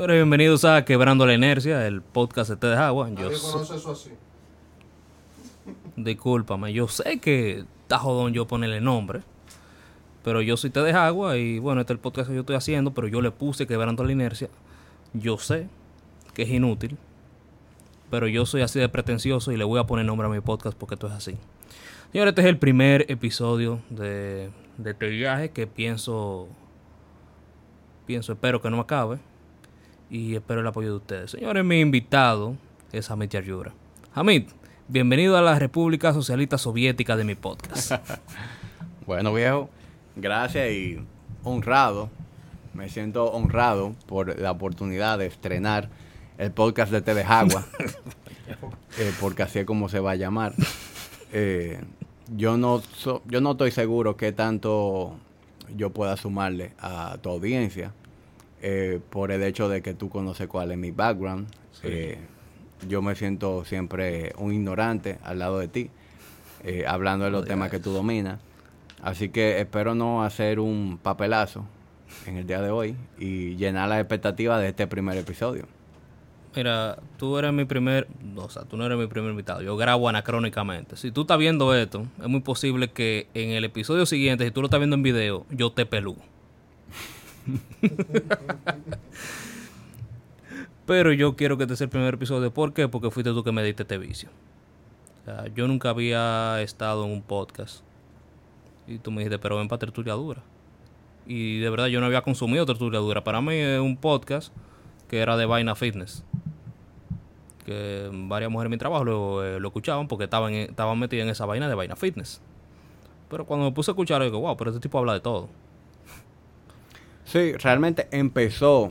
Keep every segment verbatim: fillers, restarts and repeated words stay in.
Señores, bienvenidos a Quebrando la Inercia, el podcast de Té de Agua. Yo Nadie conoce eso así. Discúlpame, yo sé que está jodón yo ponerle nombre, pero yo soy Té de Agua y bueno, este es el podcast que yo estoy haciendo, pero yo le puse Quebrando la Inercia. Yo sé que es inútil, pero yo soy así de pretencioso y le voy a poner nombre a mi podcast porque esto es así. Señores, este es el primer episodio de, de este viaje que pienso, pienso, espero que no me acabe. Y espero el apoyo de ustedes. Señores, mi invitado es Hamid Yarjura. Hamid, bienvenido a la República Socialista Soviética de mi podcast. Bueno, viejo, gracias y honrado. Me siento honrado por la oportunidad de estrenar el podcast de Té de Agua. eh, porque así es como se va a llamar. Eh, yo, no so, yo no estoy seguro qué tanto yo pueda sumarle a tu audiencia. Eh, por el hecho de que tú conoces cuál es mi background. Sí. Eh, yo me siento siempre un ignorante al lado de ti, eh, hablando de los oh, temas que tú dominas. Así que espero no hacer un papelazo en el día de hoy y llenar las expectativas de este primer episodio. Mira, tú eres mi primer... O sea, tú no eres mi primer invitado. Yo grabo anacrónicamente. Si tú estás viendo esto, es muy posible que en el episodio siguiente, si tú lo estás viendo en video, yo te pelú. Pero yo quiero que este sea el primer episodio. ¿Por qué? Porque fuiste tú que me diste este vicio. O sea, yo nunca había estado en un podcast y tú me dijiste, pero ven para Tertulia Dura. Y de verdad yo no había consumido Tertulia Dura. Para mí es un podcast que era de vaina fitness, que varias mujeres en mi trabajo lo, eh, lo escuchaban porque estaban, en, estaban metidas en esa vaina de vaina fitness. Pero cuando me puse a escuchar, digo, wow, pero este tipo habla de todo. Sí, realmente empezó,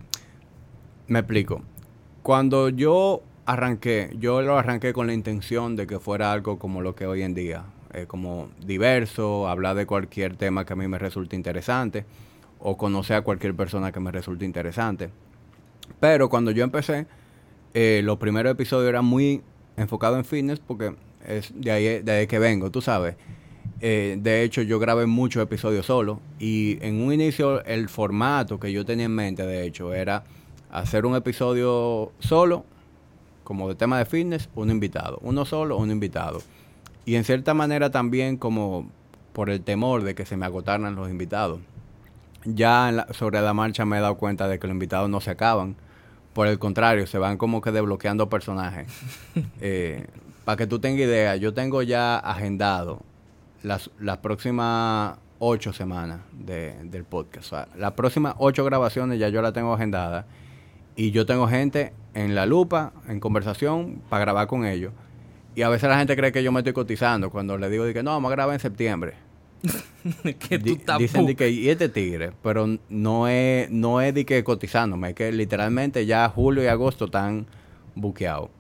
me explico, cuando yo arranqué, yo lo arranqué con la intención de que fuera algo como lo que hoy en día, eh, como diverso, hablar de cualquier tema que a mí me resulte interesante, o conocer a cualquier persona que me resulte interesante. Pero cuando yo empecé, eh, los primeros episodios eran muy enfocados en fitness, porque es de ahí, de ahí que vengo, tú sabes. Eh, de hecho, yo grabé muchos episodios solo y en un inicio el formato que yo tenía en mente, de hecho, era hacer un episodio solo, como de tema de fitness, un invitado. Uno solo, un invitado. Y en cierta manera también como por el temor de que se me agotaran los invitados. Ya en la, sobre la marcha me he dado cuenta de que los invitados no se acaban. Por el contrario, se van como que desbloqueando personajes. eh, para que tú tengas idea, yo tengo ya agendado Las, las próximas ocho semanas de, del podcast. O sea, las próximas ocho grabaciones ya yo las tengo agendadas. Y yo tengo gente en la lupa, en conversación, para grabar con ellos. Y a veces la gente cree que yo me estoy cotizando. Cuando le digo de que no, vamos a grabar en septiembre. que tú Di, dicen de que, y este tigre. Pero no es, no es de que cotizándome. Es que literalmente ya julio y agosto están buqueados.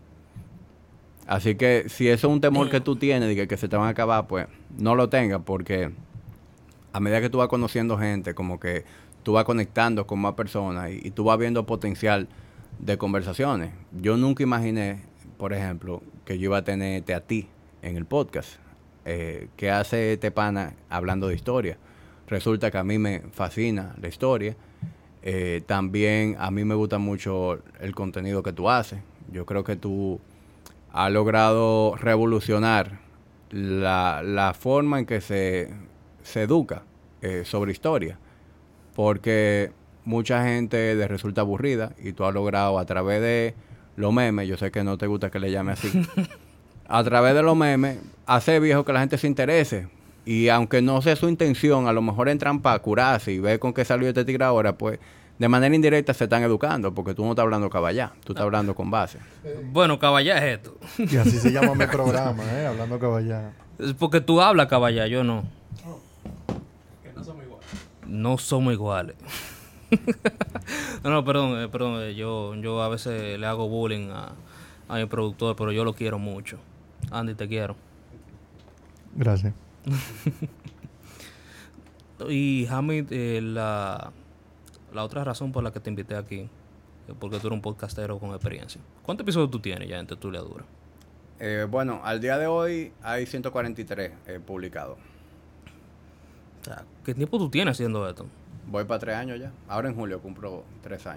Así que si eso es un temor que tú tienes de que, que se te van a acabar, pues no lo tengas, porque a medida que tú vas conociendo gente, como que tú vas conectando con más personas y, y tú vas viendo potencial de conversaciones. Yo nunca imaginé, por ejemplo, que yo iba a tenerte a ti en el podcast. Eh, ¿Qué hace este pana hablando de historia? Resulta que a mí me fascina la historia. Eh, también a mí me gusta mucho el contenido que tú haces. Yo creo que tú ha logrado revolucionar la, la forma en que se, se educa eh, sobre historia. Porque mucha gente le resulta aburrida y tú has logrado a través de los memes, yo sé que no te gusta que le llame así, a través de los memes, hacer viejo que la gente se interese. Y aunque no sea su intención, a lo mejor entran para curarse y ver con qué salió este tigre ahora, pues de manera indirecta se están educando, porque tú no estás hablando caballá, tú estás hablando con base. Bueno, caballá es esto. Y así se llama mi programa, ¿eh? Hablando caballá. Es porque tú hablas caballá, yo no. Oh, que no somos iguales. No somos iguales. no, no, perdón, eh, perdón. Eh, yo, yo a veces le hago bullying a, a mi productor, pero yo lo quiero mucho. Andy, te quiero. Gracias. Y Hamid, eh, la... La otra razón por la que te invité aquí es porque tú eres un podcastero con experiencia. ¿Cuántos episodios tú tienes ya en Tertulia Dura? Eh, bueno, al día de hoy hay ciento cuarenta y tres eh, publicados. O sea, ¿qué tiempo tú tienes haciendo esto? Voy para tres años ya. Ahora en julio cumplo tres años.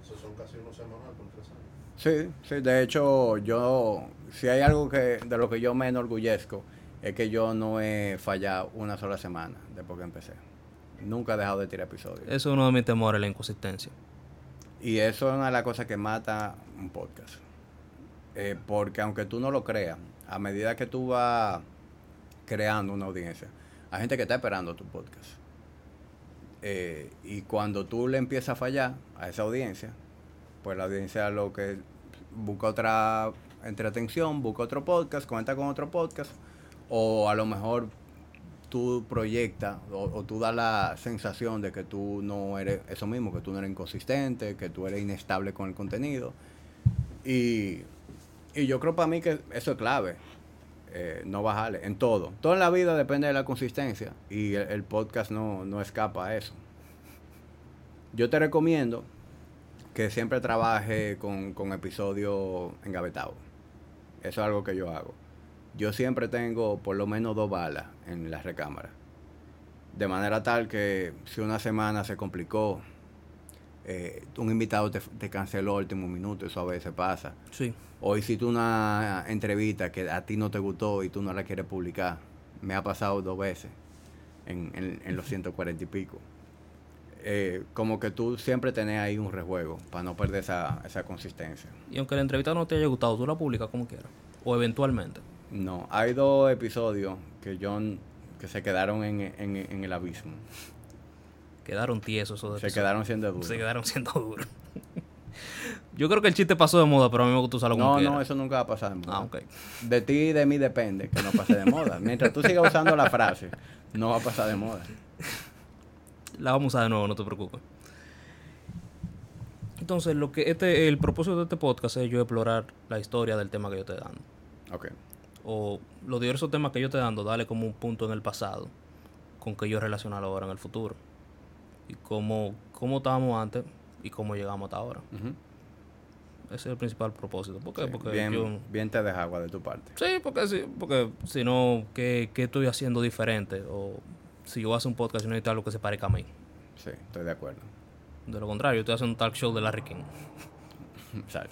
Eso son casi uno semanal por tres años. Sí, sí, de hecho, yo, si hay algo que de lo que yo me enorgullezco, es que yo no he fallado una sola semana después que empecé. Nunca he dejado de tirar episodios. Eso es uno de mis temores, la inconsistencia. Y eso es una de las cosas que mata un podcast. Eh, porque aunque tú no lo creas, a medida que tú vas creando una audiencia, hay gente que está esperando tu podcast. Eh, y cuando tú le empiezas a fallar a esa audiencia, pues la audiencia lo que busca otra entretención, busca otro podcast, comenta con otro podcast, o a lo mejor tú proyectas o, o tú das la sensación de que tú no eres eso mismo, que tú no eres inconsistente, que tú eres inestable con el contenido. Y, y yo creo para mí que eso es clave, eh, no bajarle en todo. Todo en la vida depende de la consistencia y el, el podcast no, no escapa a eso. Yo te recomiendo que siempre trabaje con, con episodios engavetados. Eso es algo que yo hago. Yo siempre tengo por lo menos dos balas en la recámara. De manera tal que si una semana se complicó, eh, un invitado te, te canceló el último minuto, eso a veces pasa. Sí. O hiciste una entrevista que a ti no te gustó y tú no la quieres publicar. Me ha pasado dos veces en, en, en los ciento cuarenta y pico. Eh, como que tú siempre tenés ahí un rejuego para no perder esa, esa consistencia. Y aunque la entrevista no te haya gustado, tú la publicas como quieras. O eventualmente. No, hay dos episodios que yo que se quedaron en, en, en el abismo. Quedaron tiesos esos Se episodios. quedaron siendo duros. Se quedaron siendo duros. Yo creo que el chiste pasó de moda, pero a mí me gusta usarlo como No, quiera. no, eso nunca va a pasar de moda. Ah, ok. De ti y de mí depende que no pase de moda. Mientras tú sigas usando la frase, no va a pasar de moda. La vamos a usar de nuevo, no te preocupes. Entonces, lo que este, el propósito de este podcast es yo explorar la historia del tema que yo estoy dando. Ok. O los diversos temas que yo estoy dando, darle como un punto en el pasado con que yo relacionarlo ahora en el futuro. Y cómo, cómo estábamos antes y cómo llegamos hasta ahora. Uh-huh. Ese es el principal propósito. ¿Por qué? Sí, Porque bien, yo... bien te deja agua de tu parte. Sí, porque sí, porque si no, ¿qué, qué estoy haciendo diferente? O si yo voy a hacer un podcast y no necesito algo que se parezca a mí. Sí, estoy de acuerdo. De lo contrario, yo estoy haciendo un talk show de Larry King. Exacto.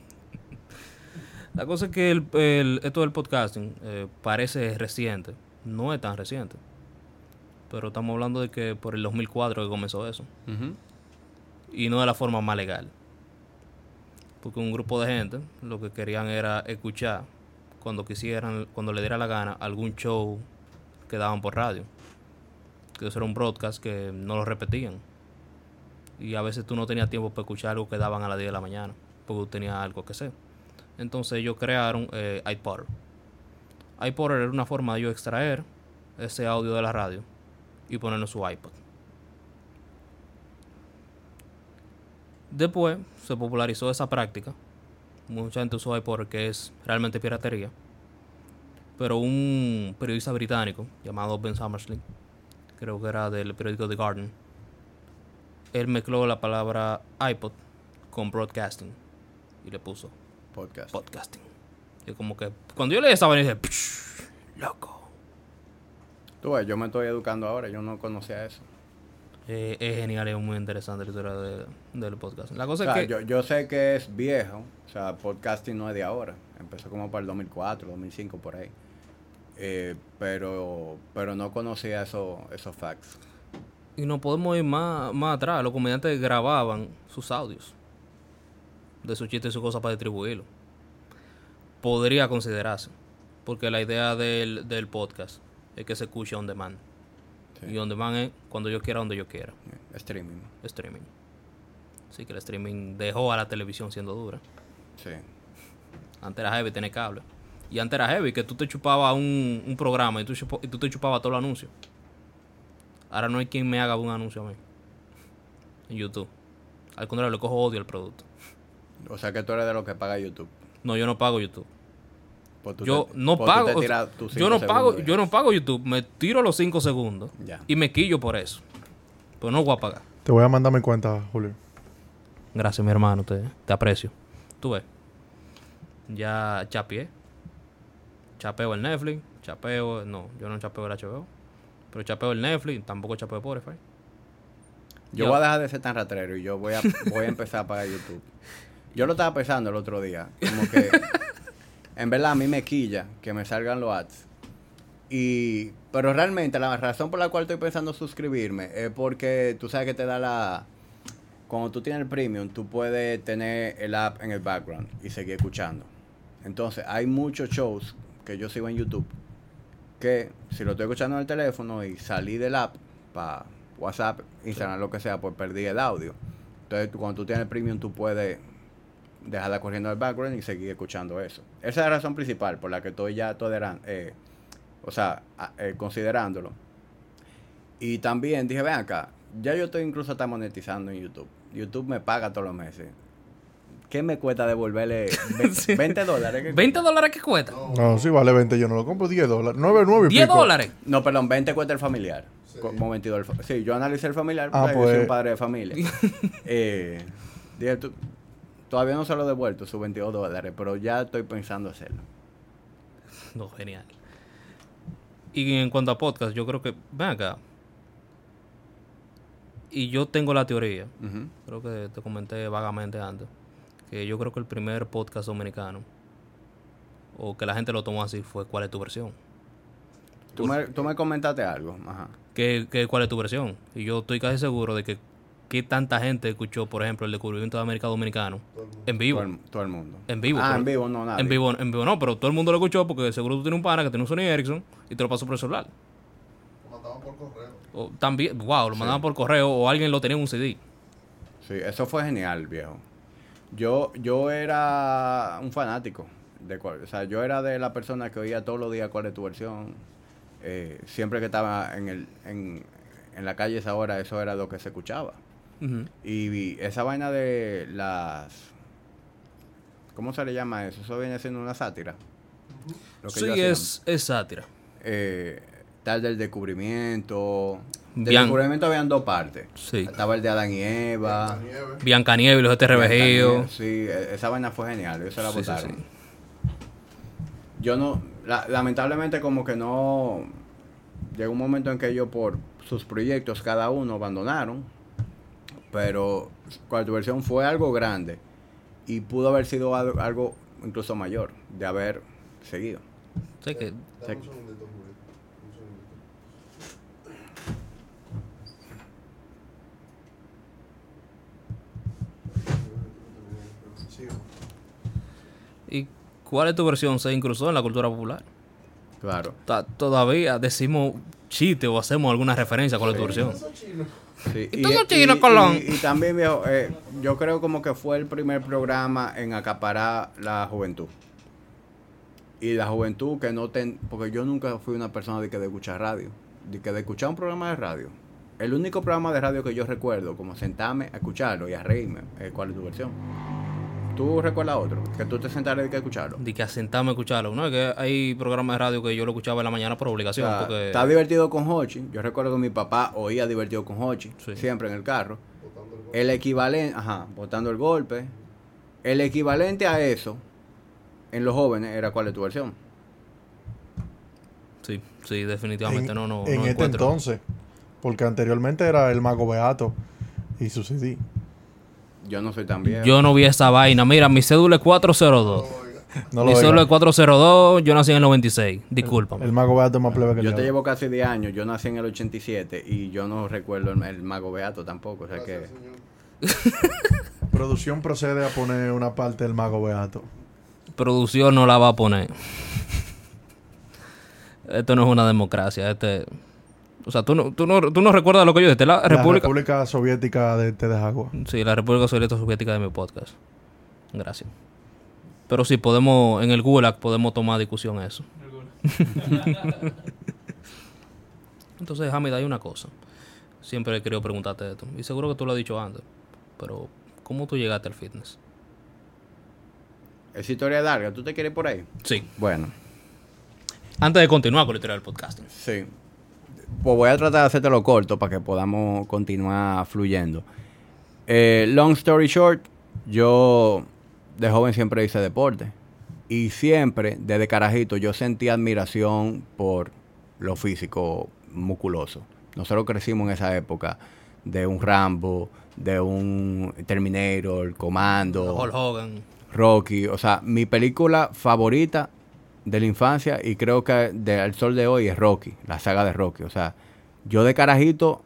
La cosa es que el, el, esto del podcasting eh, parece reciente. No es tan reciente. Pero estamos hablando de que por el dos mil cuatro que comenzó eso. Uh-huh. Y no de la forma más legal. Porque un grupo de gente lo que querían era escuchar cuando quisieran, cuando le diera la gana, algún show que daban por radio. Que eso era un broadcast que no lo repetían. Y a veces tú no tenías tiempo para escuchar algo que daban a las diez de la mañana. Porque tú tenías algo que hacer. Entonces ellos crearon eh, iPodder. iPodder era una forma de yo extraer ese audio de la radio y ponerlo en su iPod. Después se popularizó esa práctica. Mucha gente usó iPodder, que es realmente piratería. Pero un periodista británico llamado Ben Summersley, creo que era del periódico The Guardian, él mezcló la palabra iPod con broadcasting y le puso Podcast. podcasting. Y como que cuando yo leí esa vaina dije, loco. Tú ves, yo me estoy educando ahora, yo no conocía eso. Eh, es genial, es muy interesante la historia de, del podcast. La cosa O sea, es que yo, yo sé que es viejo, o sea, podcasting no es de ahora. Empezó como para el dos mil cuatro, dos mil cinco, por ahí. Eh, pero pero no conocía eso, esos facts. y nos podemos ir más, más atrás. Los comediantes grababan sus audios de sus chistes y sus cosas para distribuirlo. Podría considerarse. Porque la idea del, del podcast es que se escuche on demand. Sí. Y on demand es cuando yo quiera, donde yo quiera. Streaming. Streaming. Así que el streaming dejó a la televisión siendo dura. Sí. Antes era heavy tener cable. Y antes era heavy que tú te chupabas un, un programa y tú, chupo, y tú te chupabas todos los anuncios. Ahora no hay quien me haga un anuncio a mí. En YouTube. Al contrario, le cojo odio al producto. O sea que tú eres de los que paga YouTube. No, yo no pago YouTube. Pues tú Yo te- no pues tú pago. te o tiras sea, tus yo cinco no pago, segundos yo ya. no pago YouTube. Me tiro los cinco segundos Ya. y me quillo por eso. Pero no voy a pagar. Te voy a mandar mi cuenta, Julio. Gracias, mi hermano. Te, te aprecio. Tú ves. Ya chapeé. Chapeo el Netflix. Chapeo. No, yo no chapeo el H B O. Pero chapeo el Netflix. Tampoco chapeo Spotify. Yo Yo- voy a dejar de ser tan ratrero y yo voy a, voy a empezar a pagar YouTube. Yo lo estaba pensando el otro día. Como que, en verdad, a mí me quilla que me salgan los ads. Y, pero realmente la razón por la cual estoy pensando suscribirme es porque tú sabes que te da la... Cuando tú tienes el premium, tú puedes tener el app en el background y seguir escuchando. Entonces, hay muchos shows que yo sigo en YouTube que si lo estoy escuchando en el teléfono y salí del app para WhatsApp, Instagram, lo que sea, pues perdí el audio. Entonces, tú- cuando tú tienes el premium, tú puedes dejarla corriendo en el background y seguir escuchando eso. Esa es la razón principal por la que estoy ya toleran- eh, o sea, a- eh, considerándolo. Y también dije, ven acá, ya yo estoy incluso hasta monetizando en YouTube. YouTube me paga todos los meses. ¿Qué me cuesta devolverle ve- Sí. veinte dólares? ¿Qué ¿veinte cuesta? dólares qué cuesta? No, sí vale veinte, yo no lo compro diez dólares. nueve, nueve y ¿diez pico. dólares? No, perdón, veinte cuesta el familiar. Sí. Como veintidós el fa- Sí, yo analicé el familiar Ah, porque yo soy pues. un padre de familia. eh, dije, tú- todavía no se lo he devuelto, sus veintidós dólares, pero ya estoy pensando hacerlo. No, genial. Y en cuanto a podcast, yo creo que... Ven acá. Y yo tengo la teoría, Ujú. creo que te comenté vagamente antes, que yo creo que el primer podcast dominicano, o que la gente lo tomó así, fue ¿cuál es tu versión? Tú me, tú me comentaste algo. Ajá. ¿Qué, qué, ¿Cuál es tu versión? Y yo estoy casi seguro de que qué tanta gente escuchó, por ejemplo, el descubrimiento de América Dominicano en vivo. Todo el, todo el mundo. En vivo. Ah, pero- en vivo no, nada. En vivo, en vivo no, pero todo el mundo lo escuchó porque seguro tú tienes un pana que tiene un Sony Ericsson y te lo pasó por el celular. Lo mandaban por correo. O también, wow, lo Sí. mandaban por correo o alguien lo tenía en un C D. Sí, eso fue genial, viejo. Yo, yo era un fanático. De cual, o sea, yo era de la persona que oía todos los días cuál es tu versión. Eh, siempre que estaba en, el, en, en la calle esa hora, eso era lo que se escuchaba. Ujú. Y vi esa vaina de las... ¿Cómo se le llama eso? Eso viene siendo una sátira. Lo que Sí, ellos hacían. es, es sátira. Eh, tal del descubrimiento. Del Bian- descubrimiento habían dos partes. Sí. Estaba el de Adán y Eva. Nieve. Biancanieves, los este revejío. Biancanieves, Sí, e- esa vaina fue genial. Ellos se la Sí, sí, botaron. sí. Yo no... la- lamentablemente como que no... Llegó un momento en que ellos por sus proyectos cada uno abandonaron. Pero cual tu versión fue algo grande. Y pudo haber sido algo, algo incluso mayor de haber seguido. Sí, que Dame un segundito, Julio. Un segundito. Sigo. ¿Y cuál es tu versión? Se incrustó en la cultura popular. Claro. Ta- Todavía decimos chiste o hacemos alguna referencia a cuál es tu versión. Esos chinos. Sí, ¿Y tú no chino, Colón? Y, y también, viejo, eh, yo creo como que fue el primer programa en acaparar la juventud. Y la juventud que no ten... Porque yo nunca fui una persona de que de escuchar radio. De que de escuchar un programa de radio. El único programa de radio que yo recuerdo, como sentarme a escucharlo y a reírme, es ¿cuál es tu versión? ¿Tú recuerdas otro? Que tú te sentaras y que escucharlo. De que asentarme a escucharlo. No, es que hay programas de radio que yo lo escuchaba en la mañana por obligación. Está, porque... está divertido con Hochi. Yo recuerdo que mi papá oía divertido con Hochi. Sí. Siempre en el carro. Botando el golpe. El equivalente, ajá, botando el golpe. El equivalente a eso en los jóvenes era ¿cuál es tu versión? Sí, sí, definitivamente En, no, no, en no este encuentro. entonces. Porque anteriormente era el Mago Beato y su C D. Yo no soy tan viejo. Yo no vi esa vaina. Mira, mi cédula es cuatro cero dos. No mi lo cédula oiga. es cuatro cero dos. Yo nací en el noventa y seis. Discúlpame. El Mago Beato es más plebe que Yo el te diablo. llevo casi diez años. Yo nací en el ochenta y siete y yo no recuerdo el, el Mago Beato tampoco. O sea que Producción procede a poner una parte del Mago Beato. Producción no la va a poner. Esto no es una democracia. Este... O sea, tú no, tú, no, tú no recuerdas lo que yo dije. La La República... República Soviética de Tedejagua. Sí, la República Soviética de mi podcast. Gracias. Pero sí, podemos, en el Gulag podemos tomar discusión eso. Entonces, Hamid, hay una cosa. Siempre he querido preguntarte esto. Y seguro que tú lo has dicho antes. Pero, ¿cómo tú llegaste al fitness? esa historia es larga. ¿Tú te quieres ir por ahí? Sí. Bueno, Antes de continuar con la historia del podcasting. sí. Pues voy a tratar de hacértelo corto para que podamos continuar fluyendo. Eh, long story short, yo de joven siempre hice deporte. Y siempre, desde carajito, yo sentí admiración por lo físico musculoso. Nosotros crecimos en esa época de un Rambo, de un Terminator, Comando, Hulk Hogan. Rocky. O sea, mi película favorita de la infancia y creo que de, al sol de hoy es Rocky, la saga de Rocky. O sea, yo de carajito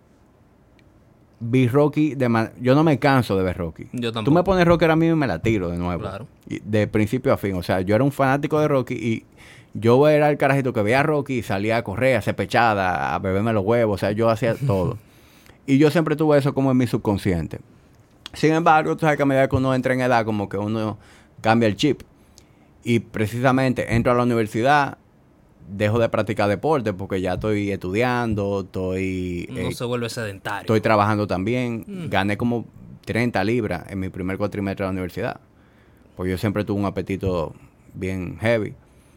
vi Rocky, de man- yo no me canso de ver Rocky. Yo tampoco. Tú me pones Rocky ahora mismo y me la tiro de nuevo. Claro. Y de principio a fin. O sea, yo era un fanático de Rocky y yo era el carajito que veía a Rocky y salía a correr, a hacer pechada, a beberme los huevos. O sea, yo hacía todo. Y yo siempre tuve eso como en mi subconsciente. Sin embargo, tú sabes que a medida que uno entra en edad, como que uno cambia el chip. Y precisamente entro a la universidad, dejo de practicar deporte porque ya estoy estudiando, estoy, No eh, se vuelve sedentario. estoy trabajando también. Mm. Gané como treinta libras en mi primer cuatrimestre de la universidad. Pues yo siempre tuve un apetito bien heavy.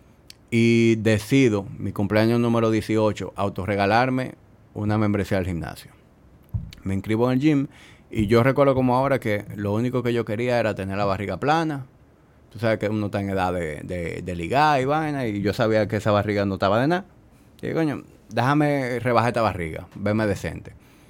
Y decido, mi cumpleaños número dieciocho, autorregalarme una membresía al gimnasio. Me inscribo en el gym y yo recuerdo como ahora que lo único que yo quería era tener la barriga plana. Tú sabes que uno está en edad de, de, de ligar y vaina, y yo sabía que esa barriga no estaba de nada. Y digo, coño, déjame rebajar esta barriga, verme decente.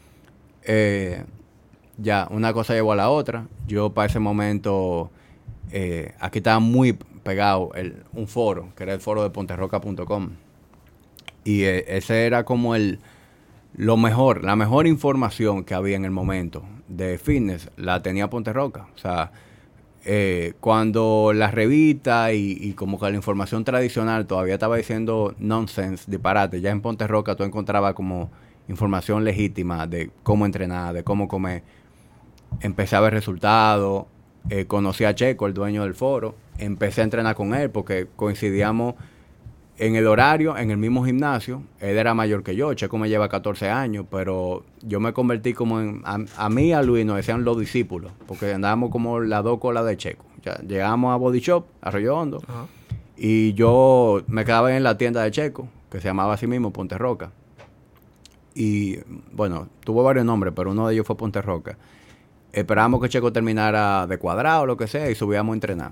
Eh, ya, una cosa llevó a la otra. Yo para ese momento, eh, aquí estaba muy pegado el, un foro, que era el foro de ponterroca punto com. Y eh, ese era como el lo mejor, la mejor información que había en el momento de fitness, la tenía Ponterroca. O sea, eh, cuando la revista y, y como que la información tradicional todavía estaba diciendo nonsense, disparate, ya en Ponterroca tú encontrabas como información legítima de cómo entrenar, de cómo comer. Empecé a ver resultados, eh, conocí a Checo, el dueño del foro, empecé a entrenar con él porque coincidíamos en el horario, en el mismo gimnasio. Él era mayor que yo, Checo me lleva catorce años, pero yo me convertí como en... A, a mí y a Luis nos decían los discípulos, porque andábamos como las dos colas de Checo. Ya, llegamos a Body Shop, Arroyo Hondo, Ajá. y yo me quedaba en la tienda de Checo, que se llamaba así mismo, Ponterroca. Y, bueno, tuvo varios nombres, pero uno de ellos fue Ponterroca. Esperábamos que Checo terminara de cuadrado o lo que sea y subíamos a entrenar.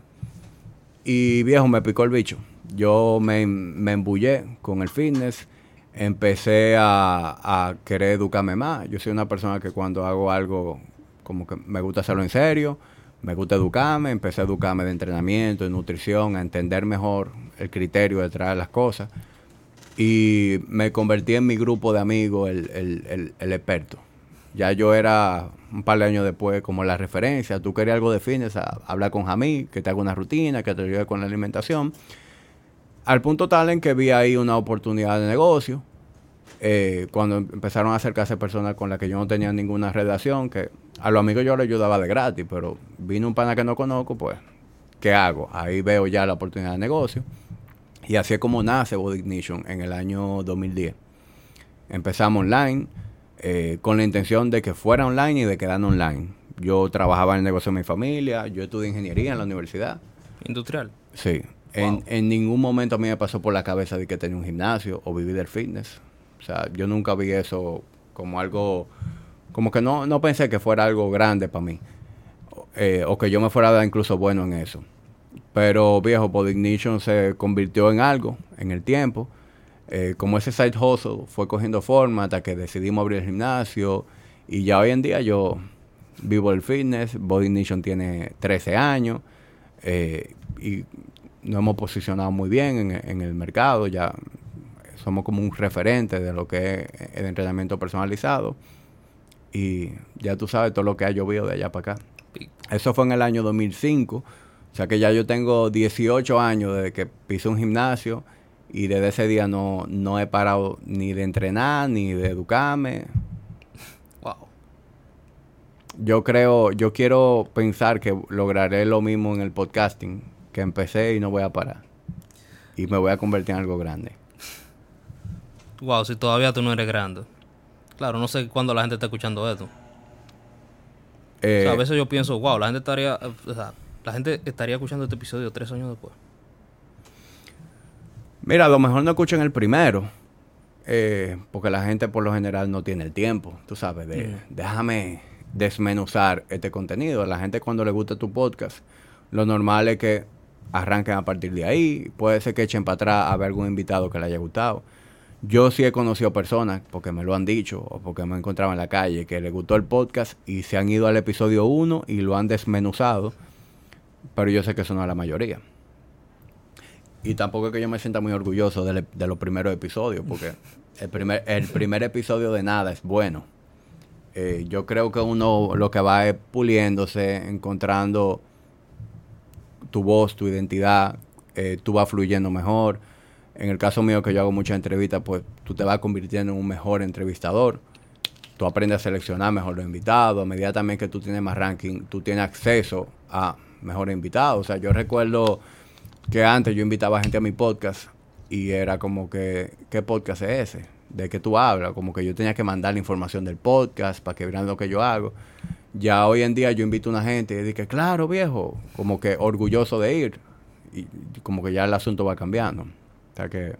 Y, viejo, me picó el bicho. Yo me, me embullé con el fitness, empecé a, a querer educarme más. Yo soy una persona que cuando hago algo, como que me gusta hacerlo en serio, me gusta educarme, empecé a educarme de entrenamiento, de nutrición, a entender mejor el criterio detrás de las cosas. Y me convertí en mi grupo de amigos el, el, el, el experto. Ya yo era, un par de años después, como la referencia. Tú querías algo de fitness, a, hablar con Jamí, que te haga una rutina, que te ayude con la alimentación. Al punto tal en que vi ahí una oportunidad de negocio. Eh, cuando empezaron a acercarse personas con las que yo no tenía ninguna relación, que a los amigos yo les ayudaba de gratis, pero vino un pana que no conozco, pues, ¿qué hago? Ahí veo ya la oportunidad de negocio. Y así es como nace Body Ignition en el año dos mil diez. Empezamos online, eh, con la intención de que fuera online y de quedar online. Yo trabajaba en el negocio de mi familia, yo estudié ingeniería en la universidad. Industrial. Sí. En, Wow. en ningún momento a mí me pasó por la cabeza de que tenía un gimnasio o vivir del fitness. O sea, yo nunca vi eso como algo, como que no, no pensé que fuera algo grande para mí. Eh, o que yo me fuera a dar incluso bueno en eso. Pero, viejo, Body Ignition se convirtió en algo en el tiempo. Eh, como ese side hustle fue cogiendo forma hasta que decidimos abrir el gimnasio. Y ya hoy en día yo vivo el fitness. Body Ignition tiene trece años. Eh, y nos hemos posicionado muy bien en, en el mercado. Ya somos como un referente de lo que es el entrenamiento personalizado. Y ya tú sabes todo lo que ha llovido de allá para acá. Eso fue en el año dos mil cinco. O sea que ya yo tengo dieciocho años desde que pisé un gimnasio y desde ese día no, no he parado ni de entrenar ni de educarme. Wow. Yo creo, yo quiero pensar que lograré lo mismo en el podcasting, que empecé y no voy a parar. Y me voy a convertir en algo grande. Wow, si todavía tú no eres grande. Claro, no sé cuándo la gente está escuchando esto. Eh, O sea, a veces yo pienso, wow, la gente estaría, eh, o sea, la gente estaría escuchando este episodio tres años después. Mira, a lo mejor no escuchen el primero, eh, porque la gente por lo general no tiene el tiempo, tú sabes, de Mm. déjame desmenuzar este contenido. A la gente cuando le gusta tu podcast, lo normal es que arranquen a partir de ahí. Puede ser que echen para atrás a ver algún invitado que le haya gustado. Yo sí he conocido personas, porque me lo han dicho, o porque me he encontrado en la calle, que les gustó el podcast y se han ido al episodio uno y lo han desmenuzado, pero yo sé que eso no es la mayoría. Y tampoco es que yo me sienta muy orgulloso de, le- de los primeros episodios, porque el primer, el primer episodio de nada es bueno. Eh, yo creo que uno lo que va es puliéndose, encontrando tu voz, tu identidad, eh, tú vas fluyendo mejor. En el caso mío, que yo hago muchas entrevistas, pues tú te vas convirtiendo en un mejor entrevistador. Tú aprendes a seleccionar mejor los invitados. A medida también que tú tienes más ranking, tú tienes acceso a mejores invitados. O sea, yo recuerdo que antes yo invitaba gente a mi podcast y era como que, ¿qué podcast es ese? ¿De qué tú hablas? Como que yo tenía que mandar la información del podcast para que vieran lo que yo hago. Ya hoy en día yo invito a una gente y dije, claro, viejo, como que orgulloso de ir. Y y como que ya el asunto va cambiando. O sea que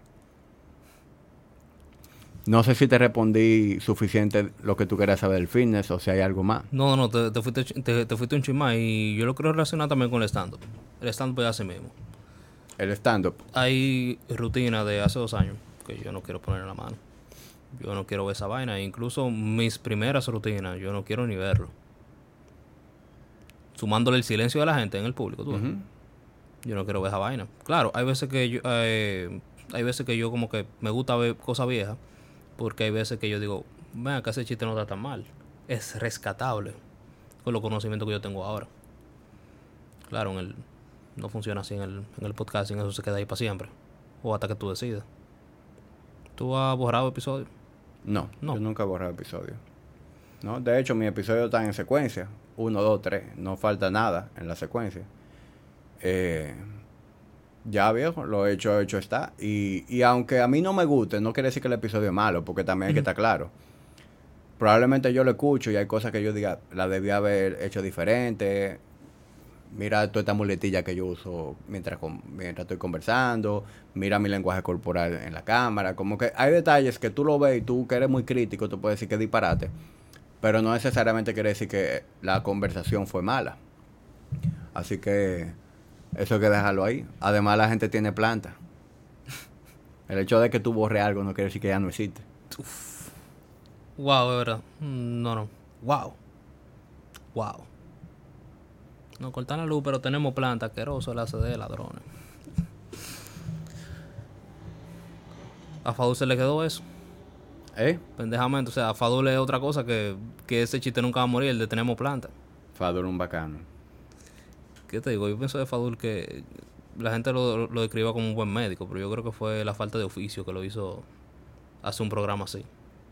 no sé si te respondí suficiente lo que tú querías saber del fitness o si hay algo más. No, no, te, te, fuiste, ch- te, te fuiste un chismá y yo lo quiero relacionar también con el stand-up. El stand-up es así mismo. El stand-up. Hay rutina de hace dos años que yo no quiero poner en la mano. Yo no quiero ver esa vaina. Incluso mis primeras rutinas, yo no quiero ni verlo. Sumándole el silencio de la gente en el público, tú ves. Ujú. Yo no quiero ver esa vaina. Claro, hay veces que yo, eh, hay veces que yo como que me gusta ver cosas viejas, porque hay veces que yo digo, ven acá, ese chiste no está tan mal. Es rescatable con los conocimientos que yo tengo ahora. Claro, en el, no funciona así en el, en el podcasting, eso se queda ahí para siempre. O hasta que tú decidas. ¿Tú has borrado episodios? No, No. yo nunca he borrado episodios. No, de hecho, mis episodios están en secuencia. Uno, dos, tres. No falta nada en la secuencia. Eh, ya, viejo, lo hecho, hecho está. Y, y aunque a mí no me guste, no quiere decir que el episodio es malo, porque también hay que estar claro. Probablemente yo lo escucho y hay cosas que yo diga, la debí haber hecho diferente. Mira toda esta muletilla que yo uso mientras, con- mientras estoy conversando. Mira mi lenguaje corporal en la cámara. Como que hay detalles que tú lo ves y tú que eres muy crítico, tú puedes decir que es disparate. Pero no necesariamente quiere decir que la conversación fue mala. Así que eso hay que dejarlo ahí. Además, la gente tiene planta. El hecho de que tú borres algo no quiere decir que ya no existe. Wow, es verdad. Mm, No, no. Wow. Wow. Nos cortan la luz, pero tenemos planta asqueroso, la C D de ladrones. A Fadul se le quedó eso, ¿Eh? pendejamente. O sea, a Fadul es otra cosa que, que ese chiste nunca va a morir, el de tenemos planta. Fadul un bacano. ¿Qué te digo? Yo pienso de Fadul que la gente lo, lo describa como un buen médico, pero yo creo que fue la falta de oficio que lo hizo hacer un programa así.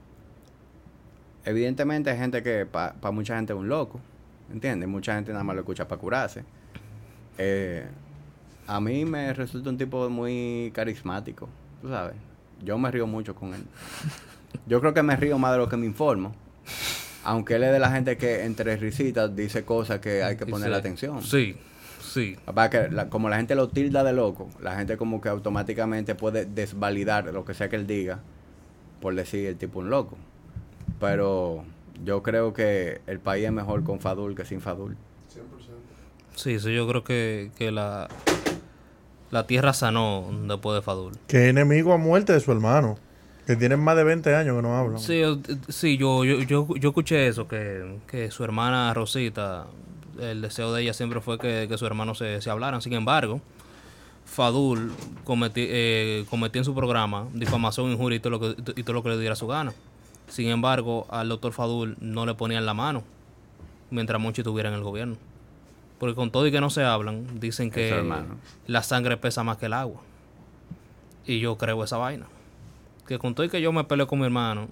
Evidentemente hay gente que para mucha gente es un loco, ¿entiendes? Mucha gente nada más lo escucha para curarse. Eh, a mí me resulta un tipo muy carismático, tú sabes. Yo me río mucho con él. Yo creo que me río más de lo que me informo. Aunque él es de la gente que entre risitas dice cosas que hay que ponerle Sí. atención. Sí, sí. Papá, que la- como la gente lo tilda de loco, la gente como que automáticamente puede desvalidar lo que sea que él diga por decir el tipo un loco. Pero yo creo que el país es mejor con Fadul que sin Fadul. cien por ciento. Sí, sí, yo creo que, que la, la tierra sanó después de Fadul. Que enemigo a muerte de su hermano. Que tienen más de veinte años que no hablan. Sí, yo- sí yo, yo, yo, yo escuché eso, que, que su hermana Rosita, el deseo de ella siempre fue que, que sus hermanos se, se hablaran. Sin embargo, Fadul cometí, eh, cometió en su programa difamación, injuria y todo, lo que, y todo lo que le diera su gana. Sin embargo, al doctor Fadul no le ponían la mano mientras Monchi estuviera en el gobierno. Porque con todo y que no se hablan, dicen Es su que hermano. la sangre pesa más que el agua. Y yo creo esa vaina. Que con todo y que yo me peleo con mi hermano,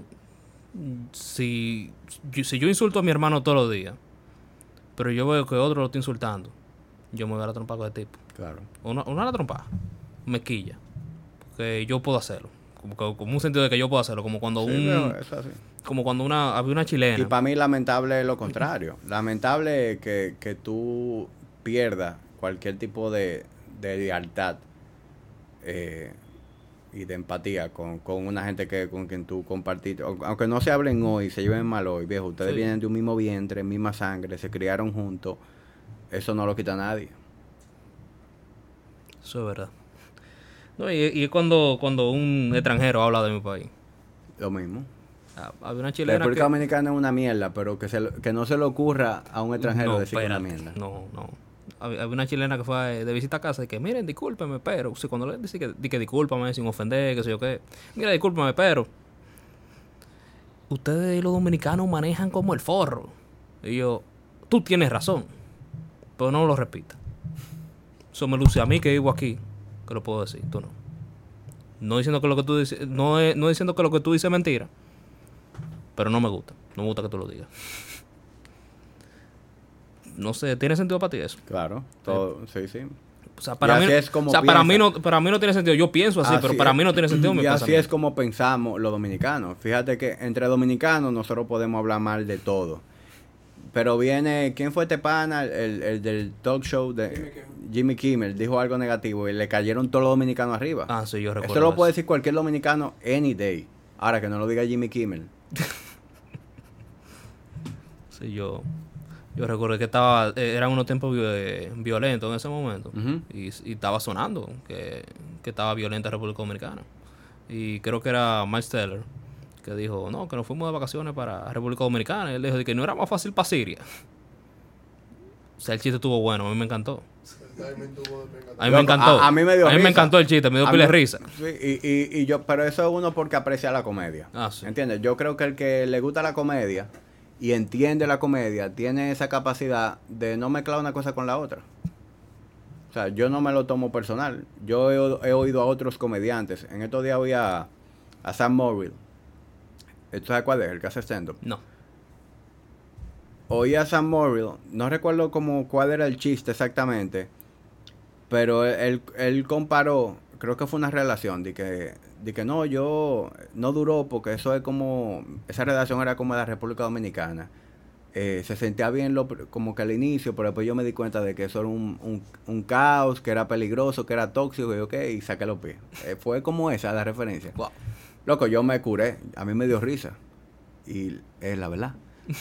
si, yo- si yo insulto a mi hermano todos los días, pero yo veo que otro lo está insultando, yo me voy a la trompa con el tipo. Claro. Una, una la trompa, me quilla. Porque yo puedo hacerlo. Como, que- como un sentido de que yo puedo hacerlo. Como cuando Sí, un... pero es así. Como cuando una había una Y chilena. para mí lamentable es lo contrario. Lamentable es que, que tú pierdas cualquier tipo de, de lealtad eh, y de empatía con, con una gente que con quien tú compartiste. Au- Aunque no se hablen hoy, se lleven mal hoy, viejo. Ustedes Sí. vienen de un mismo vientre, misma sangre, se criaron juntos. Eso no lo quita nadie. Eso es verdad. No, y, y es cuando, cuando un extranjero habla de mi país. Lo mismo. Ah, había una La chilena República que... Dominicana es una mierda, pero que, se, lo- que no se le ocurra a un extranjero no, decir que es una espérate, mierda. no, no. Había había una chilena que fue de visita a casa y que, miren, discúlpeme, pero... Si cuando le dice que, di que discúlpame sin ofender, que sé yo qué. Mira, discúlpame, pero... Ustedes los dominicanos manejan como el forro. Y yo, tú tienes razón, pero no lo repita. Eso me luce a mí que vivo aquí, que lo puedo decir, tú no. No diciendo que lo que tú dices, no, es, no diciendo que lo que tú dices es mentira, pero no me gusta, no me gusta que tú lo digas. No sé, ¿tiene sentido para ti eso? Claro, todo, sí, sí. O sea, para Y mí, así es como o sea, para mí piensa. no, para mí no tiene sentido. Yo pienso así, Así pero para es. mí no tiene sentido mi Y así pensamiento. es como pensamos los dominicanos. Fíjate que entre dominicanos nosotros podemos hablar mal de todo. Pero viene, ¿quién fue este pana? El, el del talk show de Jimmy Kimmel. Jimmy Kimmel. Dijo algo negativo y le cayeron todos los dominicanos arriba. Ah, sí, yo recuerdo Eso lo puede eso. decir cualquier dominicano any day. Ahora que no lo diga Jimmy Kimmel. Sí, yo, yo recuerdo que estaba, eh, eran unos tiempos eh, violentos en ese momento. Ujú. y, y estaba sonando que, que estaba violenta República Dominicana. Y creo que era Miles Teller que dijo, no, que nos fuimos de vacaciones para República Dominicana. Y él dijo de que no era más fácil para Siria. O sea, el chiste estuvo bueno, a mí me encantó. El timing tuvo de venga. A mí me Loco, encantó. a- a mí me dio A mí me risa. encantó el chiste, me dio A pila de mí- risa. Sí, y, y, y yo, pero eso es uno porque aprecia la comedia. Ah, sí. ¿Entiendes? Yo creo que el que le gusta la comedia y entiende la comedia tiene esa capacidad de no mezclar una cosa con la otra. O sea, yo no me lo tomo personal. Yo he, o- he oído a otros comediantes. En estos días oí a, a Sam Morrill. ¿Tú sabes cuál es? El que hace stand-up. No. Oí a Sam Morrill. No recuerdo cómo, cuál era el chiste exactamente. Pero él, él comparó, creo que fue una relación, de que, de que no, yo, no duró porque eso es como, esa relación era como la República Dominicana. Eh, se sentía bien lo, como que al inicio, pero después yo me di cuenta de que eso era un, un, un caos, que era peligroso, que era tóxico, y ok, y saqué los pies. Eh, fue como esa la referencia. Wow. Loco, yo me curé, a mí me dio risa, y es la verdad.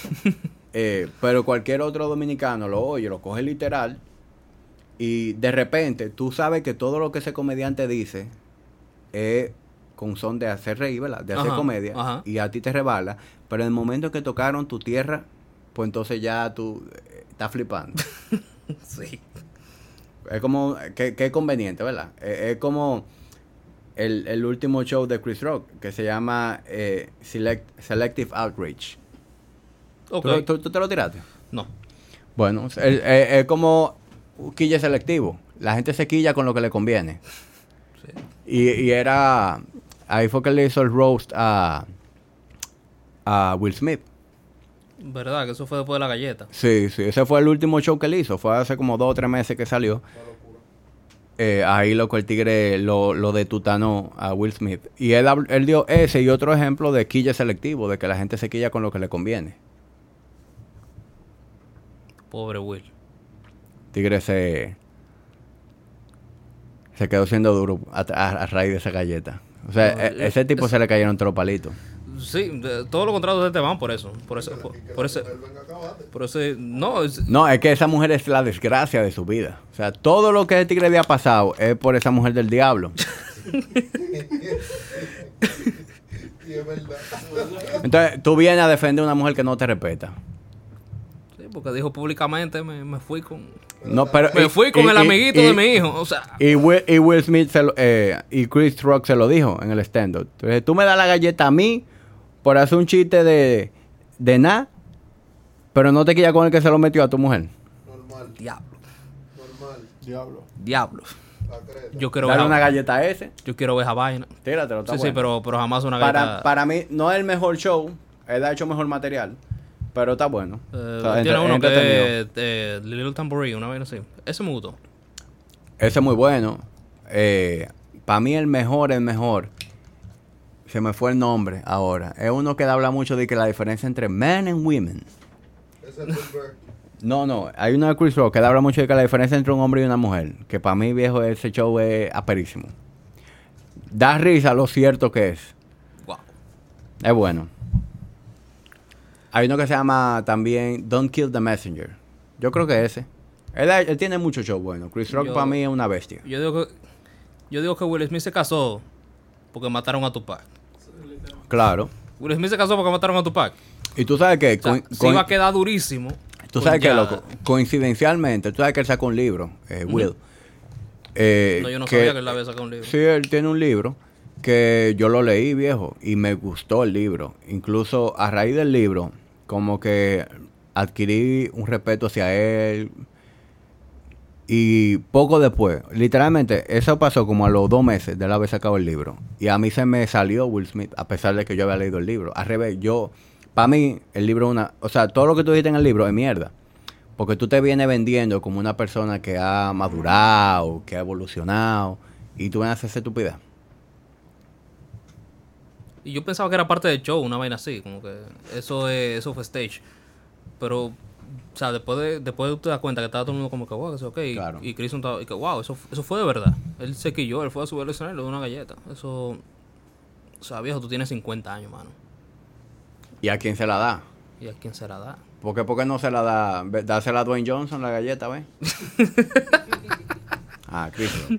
Eh, pero cualquier otro dominicano lo oye, lo coge literal. Y de repente, tú sabes que todo lo que ese comediante dice es con son de hacer reír, ¿verdad? De hacer Ajá, comedia. ajá. Y a ti te rebala. Pero en el momento que tocaron tu tierra, pues entonces ya tú eh, estás flipando. Sí. Es como, que, que es conveniente, ¿verdad? Eh, es como el, el último show de Chris Rock, que se llama eh, Select, Selective Outrage. Ok. ¿Tú, tú- tú te lo tiraste? No. Bueno, es, es- es como un quille selectivo. La gente se quilla con lo que le conviene. Sí. Y, y era... Ahí fue que le hizo el roast a, a Will Smith. ¿Verdad? Que eso fue después de la galleta. Sí, sí. Ese fue el último show que él hizo. Fue hace como dos o tres meses que salió. Eh, ahí loco, el tigre lo, lo detutanó a Will Smith. Y él, habl- él dio ese y otro ejemplo de quille selectivo. De que la gente se quilla con lo que le conviene. Pobre Will. Tigre se... Se quedó siendo duro a, a- a raíz de esa galleta. O sea, No, e- eh, ese tipo es- se le cayeron todos los palitos. Sí, de- todos los contratos de este van por eso. Por eso. Por, por eso. Venga, acabate. Por eso. No, es- No, es que esa mujer es la desgracia de su vida. O sea, todo lo que el tigre le ha pasado es por esa mujer del diablo. Y es verdad. Entonces, tú vienes a defender a una mujer que no te respeta. sí, porque dijo públicamente, me, me fui con. No, pero, Me y- fui con y- el y- amiguito y- de mi hijo. O sea. Y Will, y Will Smith se lo- eh, y Chris Rock se lo dijo en el stand-up. Entonces, tú me das la galleta a mí por hacer un chiste de, de nada, pero no te quillas con el que se lo metió a tu mujer. Normal, Diablo. normal. Diablo. Diablo. La creta. Yo quiero Dale ver. una a- galleta a ese. Yo quiero ver esa vaina. Tíratelo, está Sí, sí, bueno. pero, pero jamás una para, galleta. para mí no es el mejor show, él ha hecho mejor material, pero está bueno. Eh, O sea, tiene entre- uno entretenido. que es eh, Little Tambourine, una vaina así. Ese me gustó. Ese es muy bueno. Eh, para mí el mejor, el mejor, se me fue el nombre ahora. Es uno que habla mucho de que la diferencia entre men and women. Ese es Bill Burr. No, no, hay uno de Chris Rock que habla mucho de que la diferencia entre un hombre y una mujer. Que para mí, viejo, ese show es aperísimo. Da risa lo cierto que es. Wow. Es bueno. Hay uno que se llama también Don't Kill the Messenger. Yo creo que ese. Él, él tiene mucho show bueno. Chris Rock Yo- para mí es una bestia. Yo digo que Yo digo que Will Smith se casó porque mataron a Tupac. Claro. Will Smith se casó porque mataron a Tupac. Y tú sabes que... O sea, se iba a quedar durísimo. Tú pues sabes que, ya- loco, coincidencialmente, tú sabes que él sacó un libro, eh, Will. Eh, No, yo no que- sabía que él había sacado un libro. Sí, él tiene un libro que yo lo leí, viejo, y me gustó el libro. Incluso a raíz del libro, como que adquirí un respeto hacia él. Y poco después, literalmente, eso pasó como a los dos meses de él haber sacado el libro. Y a mí se me salió Will Smith, a pesar de que yo había leído el libro. Al revés, yo, para mí, el libro es una... O sea, todo lo que tú dijiste en el libro es mierda. Porque tú te vienes vendiendo como una persona que ha madurado, que ha evolucionado, y tú vienes a hacer esa estupidez. Y yo pensaba que era parte del show, una vaina así, como que eso es, eso fue stage. Pero, o sea, después de, después de tú te das cuenta que estaba todo el mundo como que, wow, que eso ok. Claro. Y Chris estaba, y que, wow, eso, eso fue de verdad. Él se quilló, él fue a subir al escenario de una galleta. Eso, o sea, viejo, tú tienes cincuenta años, mano. ¿Y a quién se la da? ¿Y a quién se la da? ¿Por qué, por qué no se la da? Ve- Dásela a Dwayne Johnson, la galleta, ¿ves? Ah, Chris.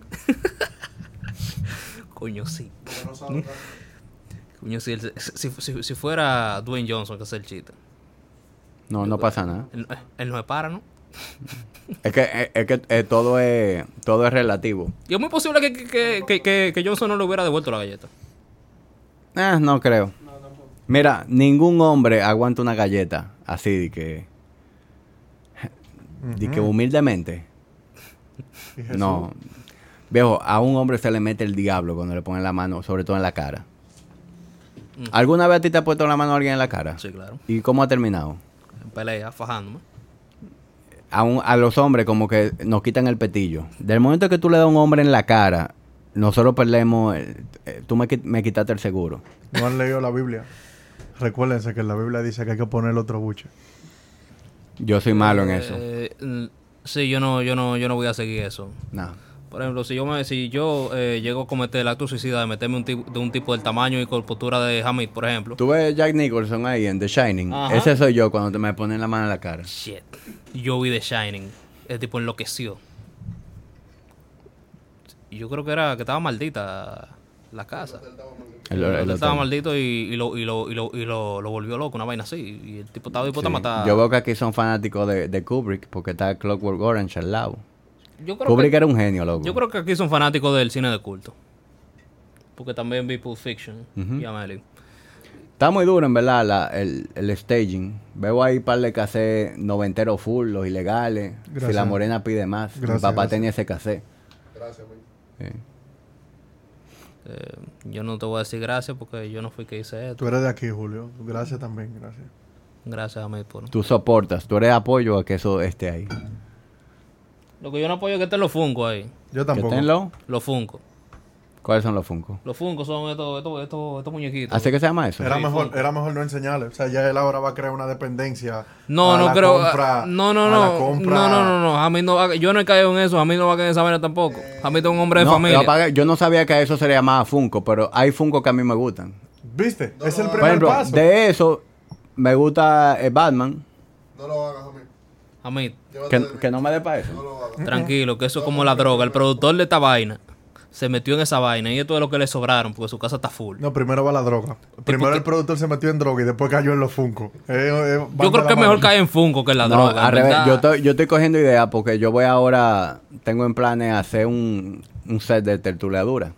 Coño, sí. Porque no sabe, Coño, sí. él- si, si, si fuera Dwayne Johnson que hace el chiste. No, no pasa nada. Él, él no se para, ¿no? Es que, es, es que eh, todo es todo es relativo. Y es muy posible que, que, que, que, que Johnson no le hubiera devuelto la galleta. Eh, no creo. Mira, ningún hombre aguanta una galleta así de que... De que humildemente. Y Jesús, No. Viejo, a un hombre se le mete el diablo cuando le ponen la mano, sobre todo en la cara. Mm. ¿Alguna vez a ti te ha puesto la mano a alguien en la cara? Sí, claro. ¿Y cómo ha terminado? En pelea, fajándome. A, un- a los hombres como que nos quitan el petillo. Del momento que tú le das a un hombre en la cara, nosotros perdemos... eh, eh, tú me, qui- me quitaste el seguro. no han leído la Biblia. Recuérdense que en la Biblia dice que hay que poner otro buche. Yo soy malo en eso. Eh, mm, sí, yo no, yo no, yo no voy a seguir eso. No. Por ejemplo, si yo me, si yo eh, llego a cometer el acto suicida de meterme un tipo, de un tipo del tamaño y compostura de Hamid, por ejemplo. Tú ves Jack Nicholson ahí en The Shining. Ajá. Ese soy yo cuando te me ponen la mano en la cara. Shit. Yo vi The Shining. El tipo enloqueció. Y yo creo que era que estaba maldita la casa. El- El el hotel estaba hotel. maldito y, y, lo, y, lo, y, lo, y lo, lo volvió loco, una vaina así. Y el tipo estaba dispuesto Sí. a matar. Yo veo que aquí son fanáticos de, de Kubrick porque está Clockwork Orange al lado. Yo creo Kubrick que, era un genio, loco. yo creo que aquí son fanáticos del cine de culto. Porque también vi Pulp Fiction Ujú. y Amelie. Está muy duro, en verdad, la- el, el staging. Veo ahí par de cassés noventeros full, los ilegales. Si Gracias. la morena pide más. Mi Gracias, papá gracias. tenía ese cassette. Gracias, güey. Sí. Eh, yo no te voy a decir gracias porque yo no fui que hice esto. Tú eres de aquí, Julio. Gracias también, gracias. Gracias a mí por... Tú soportas, tú eres apoyo a que eso esté ahí. Lo que yo no apoyo es que estén los Funko ahí. Yo ¿Que tampoco. estén los? Los Funko. ¿Cuáles son los Funko? Los Funko son estos, estos, estos, estos muñequitos. ¿Así que se llama eso? Era Sí, mejor, Funko. era mejor no enseñarle. O sea, ya él ahora va a crear una dependencia. No, a no la creo. compra- no, no, a no. la compra- No, no, no, no. A mí no va- yo no he caído en eso. A mí no va a caer en esa vaina tampoco. A mí tengo un hombre de No, familia. lo pagué- yo no sabía que eso se le llamaba Funko, pero hay Funko que a mí me gustan. ¿Viste? es el no, primer Por ejemplo, paso. de eso me gusta eh, Batman. No lo hagas a mí. A mí, Llévate Que, de mí. que no me dé para eso. No lo hagas. tranquilo, que eso es como la droga. El productor de esta vaina se metió en esa vaina y esto es lo que le sobraron porque su casa está full. No, primero va la droga. Primero porque- el productor se metió en droga y después cayó en los Funko. Eh, eh, van Yo de creo la que es mejor mano. caer en Funko que en la No, droga. al en revés, verdad. yo estoy, yo estoy cogiendo ideas porque yo voy ahora, tengo en planes hacer un, un set de tertuliadura.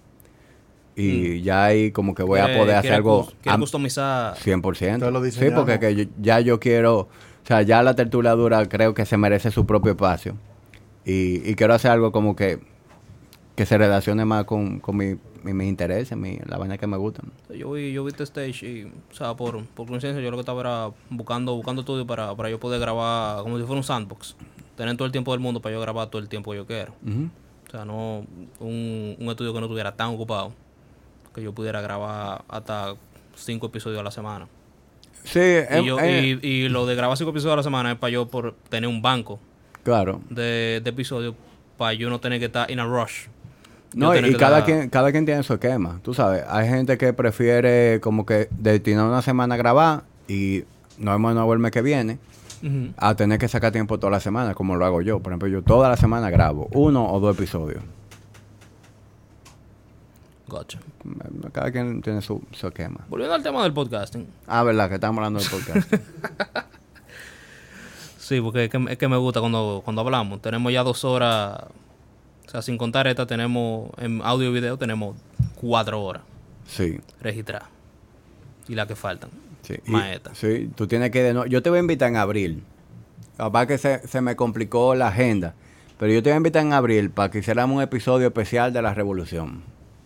Y ya ahí como que voy a Quiere- poder hacer quiere algo cus- quiere am- customizar. cien por ciento. Entonces lo Sí, diseñamos. porque que yo- ya yo quiero, o sea, ya la tertuliadura creo que se merece su propio espacio. Y, y quiero hacer algo como que, que se relacione más con, con mi, mi- mis intereses, mi, la vaina que me gustan. Yo vi, yo vi este stage y, o sea, por, por coincidencia, yo lo que estaba era buscando, buscando estudio para, para yo poder grabar como si fuera un sandbox. Tener todo el tiempo del mundo para yo grabar todo el tiempo que yo quiero. Ujú. O sea, no un, un estudio que no estuviera tan ocupado que yo pudiera grabar hasta cinco episodios a la semana. Sí, Y, em- yo, eh, y, y lo de grabar cinco episodios a la semana es para yo por tener un banco claro. de, de episodios para yo no tener que estar in a rush. Yo No, y, tener y que cada dar- quien, cada quien tiene su esquema, tú sabes. Hay gente que prefiere como que destinar una semana a grabar y no vemos nuevo el mes que viene Ujú. a tener que sacar tiempo toda la semana, como lo hago yo. Por ejemplo, yo toda la semana grabo uno o dos episodios. Gotcha. Cada quien tiene su, su esquema. Volviendo al tema del podcasting. Ah, verdad, que estamos hablando del podcast. Sí, porque es que, es que me gusta cuando, cuando hablamos. Tenemos ya dos horas. O sea, sin contar esta, tenemos en audio y video, tenemos cuatro horas Sí. registradas. Y las que faltan. Sí, y- Maeta. sí, tú tienes que... de no- yo te voy a invitar en abril. Capaz que se, se me complicó la agenda. Pero yo te voy a invitar en abril para que hiciéramos un episodio especial de la revolución.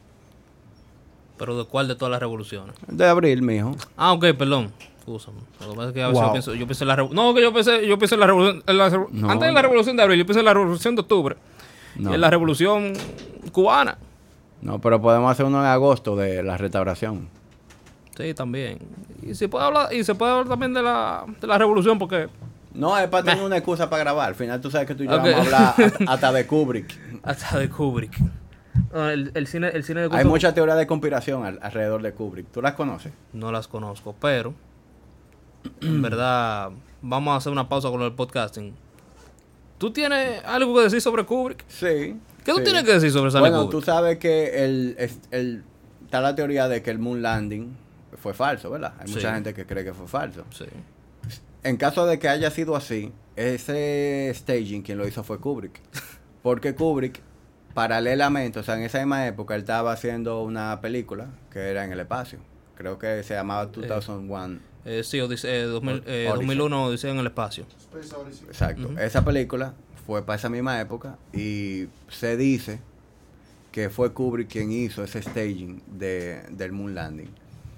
Pero ¿de cuál de todas las revoluciones? De abril, mijo. Ah, ok, perdón. Excúsame. Lo que pasa es que a veces Wow. yo pienso, yo pienso en la revolución. No, que yo pensé, yo pensé en la revolución. en la revo- No, antes de la no. revolución de abril, yo pensé en la revolución de octubre. No. Y en la revolución cubana. No, pero podemos hacer uno en agosto de la restauración. Sí, también. Y se puede hablar, y se puede hablar también de la, de la revolución, porque No, es para tener una excusa para grabar. Al final tú sabes que tú y yo Ok. vamos a hablar hasta, hasta de Kubrick. hasta de Kubrick. Ah, El, el cine, el cine de Hay Kubrick muchas teorías de conspiración al- alrededor de Kubrick. ¿Tú las conoces? no las conozco, pero en verdad vamos a hacer una pausa con el podcasting. ¿Tú tienes algo que decir sobre Kubrick? Sí. ¿Qué tú sí. tienes que decir sobre Stanley Bueno, Kubrick? tú sabes que el, es- el- está la teoría de que el Moon Landing fue falso, ¿verdad? Hay mucha Sí. gente que cree que fue falso. Sí. En caso de que haya sido así, ese staging quien lo hizo fue Kubrick. Porque Kubrick, paralelamente, o sea, en esa misma época, él estaba haciendo una película que era en el espacio. Creo que se llamaba dos mil uno. Eh, sí, Odise- eh, dos mil, eh, Odyssey. dos mil uno, Odisea en el espacio. Space Odyssey. Exacto. Ujú. Esa película fue para esa misma época y se dice que fue Kubrick quien hizo ese staging de, del Moon Landing.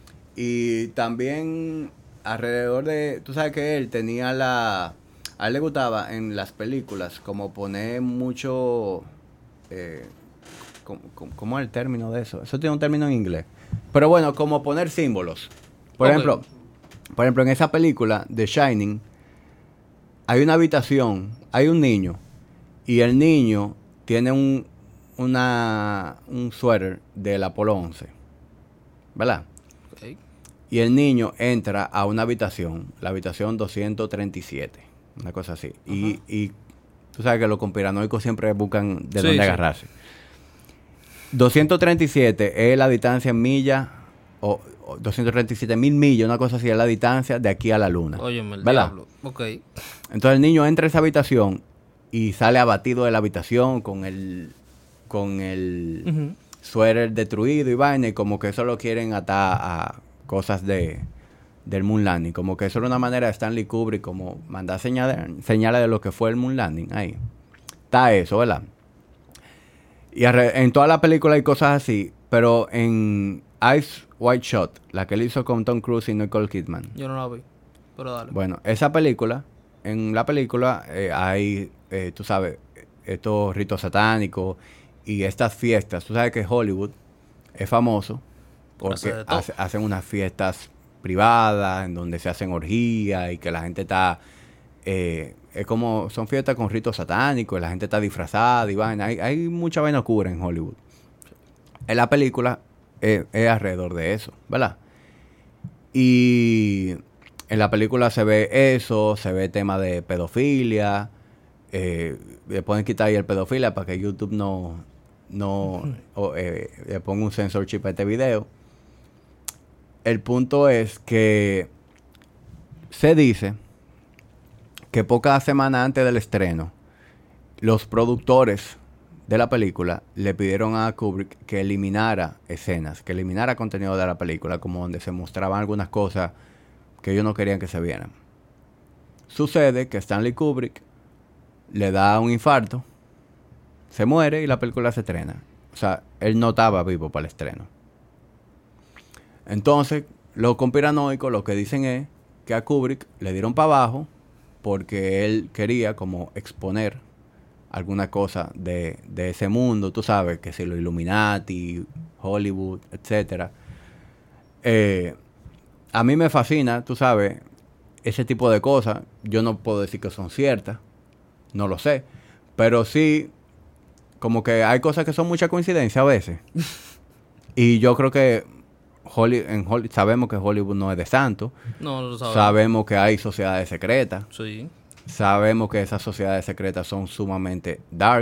Y también alrededor de... Tú sabes que él tenía la... A él le gustaba en las películas como poner mucho... Eh, ¿cómo, cómo- cómo es el término de eso? Eso tiene un término en inglés. Pero bueno, como poner símbolos. Por Ok. ejemplo, por ejemplo, en esa película de Shining, hay una habitación, hay un niño, y el niño tiene un, una, un suéter del Apolo once, ¿verdad? Ok. Y el niño entra a una habitación, la habitación doscientos treinta y siete, una cosa así. Y, y tú sabes que los conspiranoicos siempre buscan de Sí, dónde sí. agarrarse. doscientos treinta y siete es la distancia en millas, o, o doscientos treinta y siete mil millas, una cosa así, es la distancia de aquí a la luna. Óyeme, el ¿verdad? diablo. Ok. Entonces el niño entra a esa habitación y sale abatido de la habitación con el con el Ujú. suéter destruido y vaina, y como que eso lo quieren atar a cosas de del Moon Landing, como que eso era una manera de Stanley Kubrick como mandar señales, señales de lo que fue el Moon Landing ahí. Está eso, ¿verdad? Y arre- en toda la película hay cosas así, pero en Ice White Shot, la que él hizo con Tom Cruise y Nicole Kidman. Yo no la vi. Pero dale. Bueno, esa película, en la película eh, hay, eh, tú sabes, estos ritos satánicos y estas fiestas. Tú sabes que Hollywood es famoso Por porque hacer de todo. hace- hacen unas fiestas privadas en donde se hacen orgías y que la gente está... eh, es como, son fiestas con ritos satánicos, y la gente está disfrazada y vaina. Hay, hay mucha vaina oscura en Hollywood. En la película eh, es alrededor de eso, ¿verdad? Y en la película se ve eso, se ve tema de pedofilia. Eh, le pueden quitar ahí el pedofilia para que YouTube no, no o, eh, le ponga un censorship a este video. El punto es que se dice que pocas semanas antes del estreno, los productores de la película le pidieron a Kubrick que eliminara escenas, que eliminara contenido de la película, como donde se mostraban algunas cosas que ellos no querían que se vieran. Sucede que Stanley Kubrick le da un infarto, se muere y la película se estrena. O sea, él no estaba vivo para el estreno. Entonces, los conspiranoicos lo que dicen es que a Kubrick le dieron para abajo porque él quería como exponer alguna cosa de, de ese mundo, tú sabes, que si los Illuminati, Hollywood, etcétera. Eh, a mí me fascina, tú sabes, ese tipo de cosas. Yo no puedo decir que son ciertas, no lo sé, pero sí, como que hay cosas que son mucha coincidencia a veces. Y yo creo que Holly, en Holly, sabemos que Hollywood no es de santo, No, no lo sabemos. sabemos que hay sociedades secretas, Sí. sabemos que esas sociedades secretas son sumamente dark,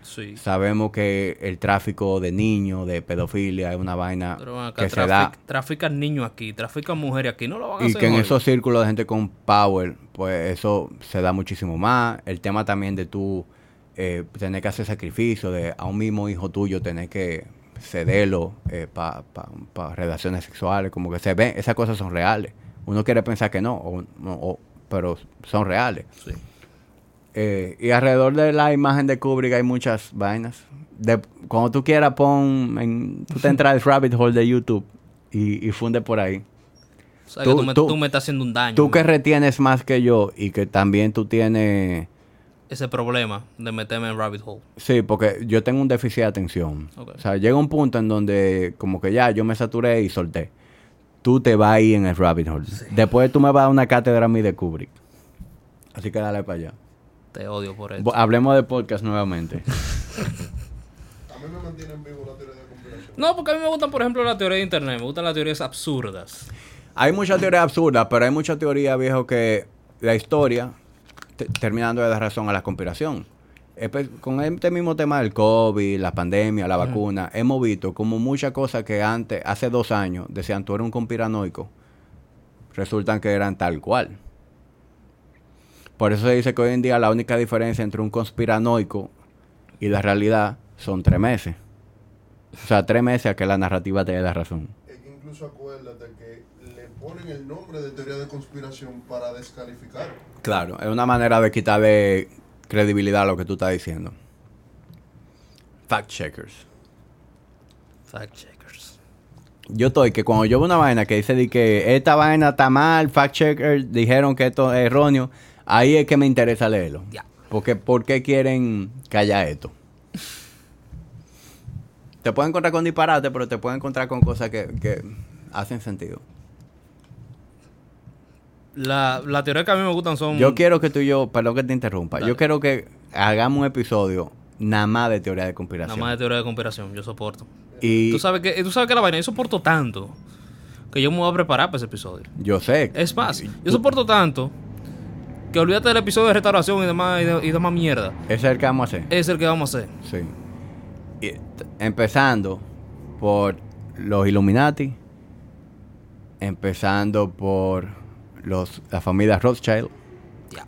Sí. Sabemos que el tráfico de niños, de pedofilia, es una vaina Pero acá que se da. Trafican niños aquí, trafican mujeres aquí, no lo van a Y hacer. que en hoy. esos círculos de gente con power, pues eso se da muchísimo más. El tema también de tú eh, tener que hacer sacrificio, de a un mismo hijo tuyo tener que cederlo eh, para pa, pa relaciones sexuales, como que se ven, esas cosas son reales. Uno quiere pensar que no, o, o, pero son reales. Sí. Eh, y alrededor de la imagen de Kubrick hay muchas vainas. De, cuando tú quieras, pon. En, tú te entras al rabbit hole de YouTube y, y funde por ahí. O sea, Tú- que tú me, tú- tú me estás haciendo un daño. Tú que man. retienes más que yo y que también tú tienes. Ese problema de meterme en rabbit hole. Sí, porque yo tengo un déficit de atención. Ok. O sea, llega un punto en donde, como que ya yo me saturé y solté. Tú te vas ahí en el rabbit hole. Después tú me vas a dar una cátedra a mí de Kubrick. Así que dale para allá. Te odio por eso. Bo- Hablemos de podcast nuevamente. A mí me mantienen vivo la teoría de conspiración. No, porque a mí me gustan, por ejemplo, las teorías de internet. Me gustan las teorías absurdas. Hay muchas teorías absurdas, pero hay muchas teorías, viejo, que la historia, te- terminando de dar razón a la conspiración. Espe- Con este mismo tema del COVID, la pandemia, la vacuna, hemos visto como muchas cosas que antes, hace dos años, decían tú eres un conspiranoico, resultan que eran tal cual. Por eso se dice que hoy en día la única diferencia entre un conspiranoico y la realidad son tres meses. O sea, tres meses a que la narrativa te dé la razón. Es que incluso acuérdate que le ponen el nombre de teoría de conspiración para descalificar. Claro, es una manera de quitarle credibilidad a lo que tú estás diciendo. Fact checkers. Fact checkers. Yo estoy que cuando yo veo una vaina que dice de que esta vaina está mal, fact checkers dijeron que esto es erróneo, ahí es que me interesa leerlo. Ya. Porque ¿por qué quieren callar esto? Te pueden encontrar con disparate, pero te pueden encontrar con cosas que, que hacen sentido. La, la teoría que a mí me gustan son... Yo quiero que tú y yo, perdón que te interrumpa, Dale. yo quiero que hagamos un episodio nada más de teoría de conspiración. Nada más de teoría de conspiración, yo soporto. Y Tú sabes que, tú sabes que la vaina, yo soporto tanto que yo me voy a preparar para ese episodio. yo sé. Es más, yo soporto tanto que olvídate del episodio de restauración y demás, y, de- y demás mierda. Ese es el que vamos a hacer. Es el que vamos a hacer. Sí. Y, t- empezando por los Illuminati, empezando por los la familia Rothschild, Ya.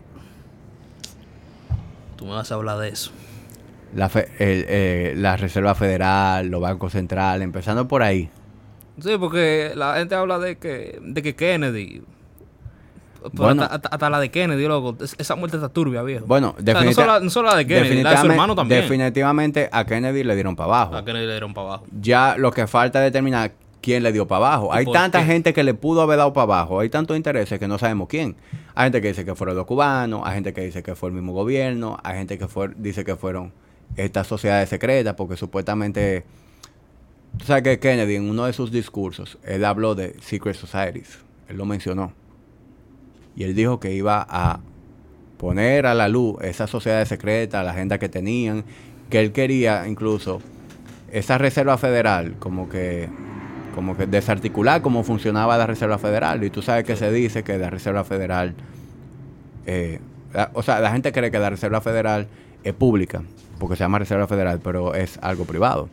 Tú me vas a hablar de eso. la, fe- el- eh, la Reserva Federal, los bancos centrales, empezando por ahí. Sí, porque la gente habla de que, de que Kennedy... Pero Bueno. hasta, hasta- hasta la de Kennedy, loco. es- Esa muerte está turbia, viejo. Bueno, O sea, no, definita- solo, la- no solo la de Kennedy, la de su definitivamente- hermano también. Definitivamente a Kennedy le dieron para abajo. A Kennedy le dieron para abajo. Ya lo que falta es determinar quién le dio para abajo. ¿Y Hay por tanta qué? gente que le pudo haber dado para abajo. Hay tantos intereses que no sabemos quién. Hay gente que dice que fueron los cubanos, hay gente que dice que fue el mismo gobierno, hay gente que fue, dice que fueron estas sociedades secretas, porque supuestamente... Tú sabes que Kennedy en uno de sus discursos, él habló de secret societies. Él lo mencionó. Y él dijo que iba a poner a la luz esas sociedades secretas, la agenda que tenían, que él quería incluso esa Reserva Federal, como que como que desarticular cómo funcionaba la Reserva Federal. Y tú sabes que se dice que la Reserva Federal, eh, la- o sea, la gente cree que la Reserva Federal es pública, porque se llama Reserva Federal, pero es algo privado.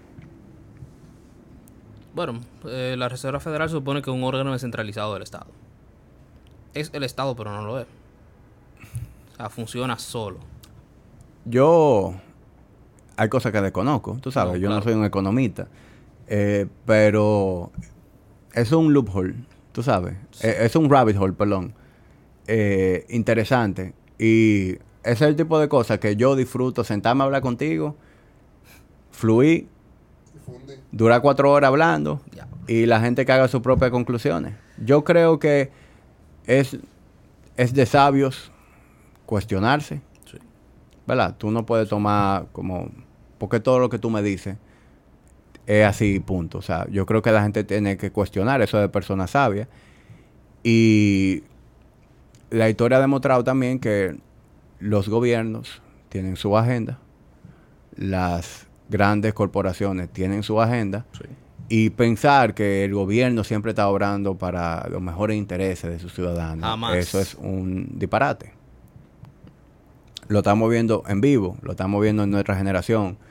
Bueno, eh, la Reserva Federal se supone que es un órgano descentralizado del Estado. Es el Estado, pero no lo es. O sea, funciona solo. Yo, hay cosas que desconozco, tú sabes, No, yo no claro. soy un economista, eh, pero es un loophole, tú sabes, Eh, es un rabbit hole, perdón, eh, interesante. Y ese es el tipo de cosas que yo disfruto, sentarme a hablar contigo, fluir, Difunde. durar cuatro horas hablando Ya. y la gente que haga sus propias conclusiones. Yo creo que es, es de sabios cuestionarse. Sí. ¿Verdad? Tú no puedes tomar como... Porque todo lo que tú me dices es así, punto. O sea, yo creo que la gente tiene que cuestionar eso de personas sabias. Y la historia ha demostrado también que los gobiernos tienen su agenda, las grandes corporaciones tienen su agenda, Sí. y pensar que el gobierno siempre está obrando para los mejores intereses de sus ciudadanos, Jamás. eso es un disparate. Lo estamos viendo en vivo, lo estamos viendo en nuestra generación,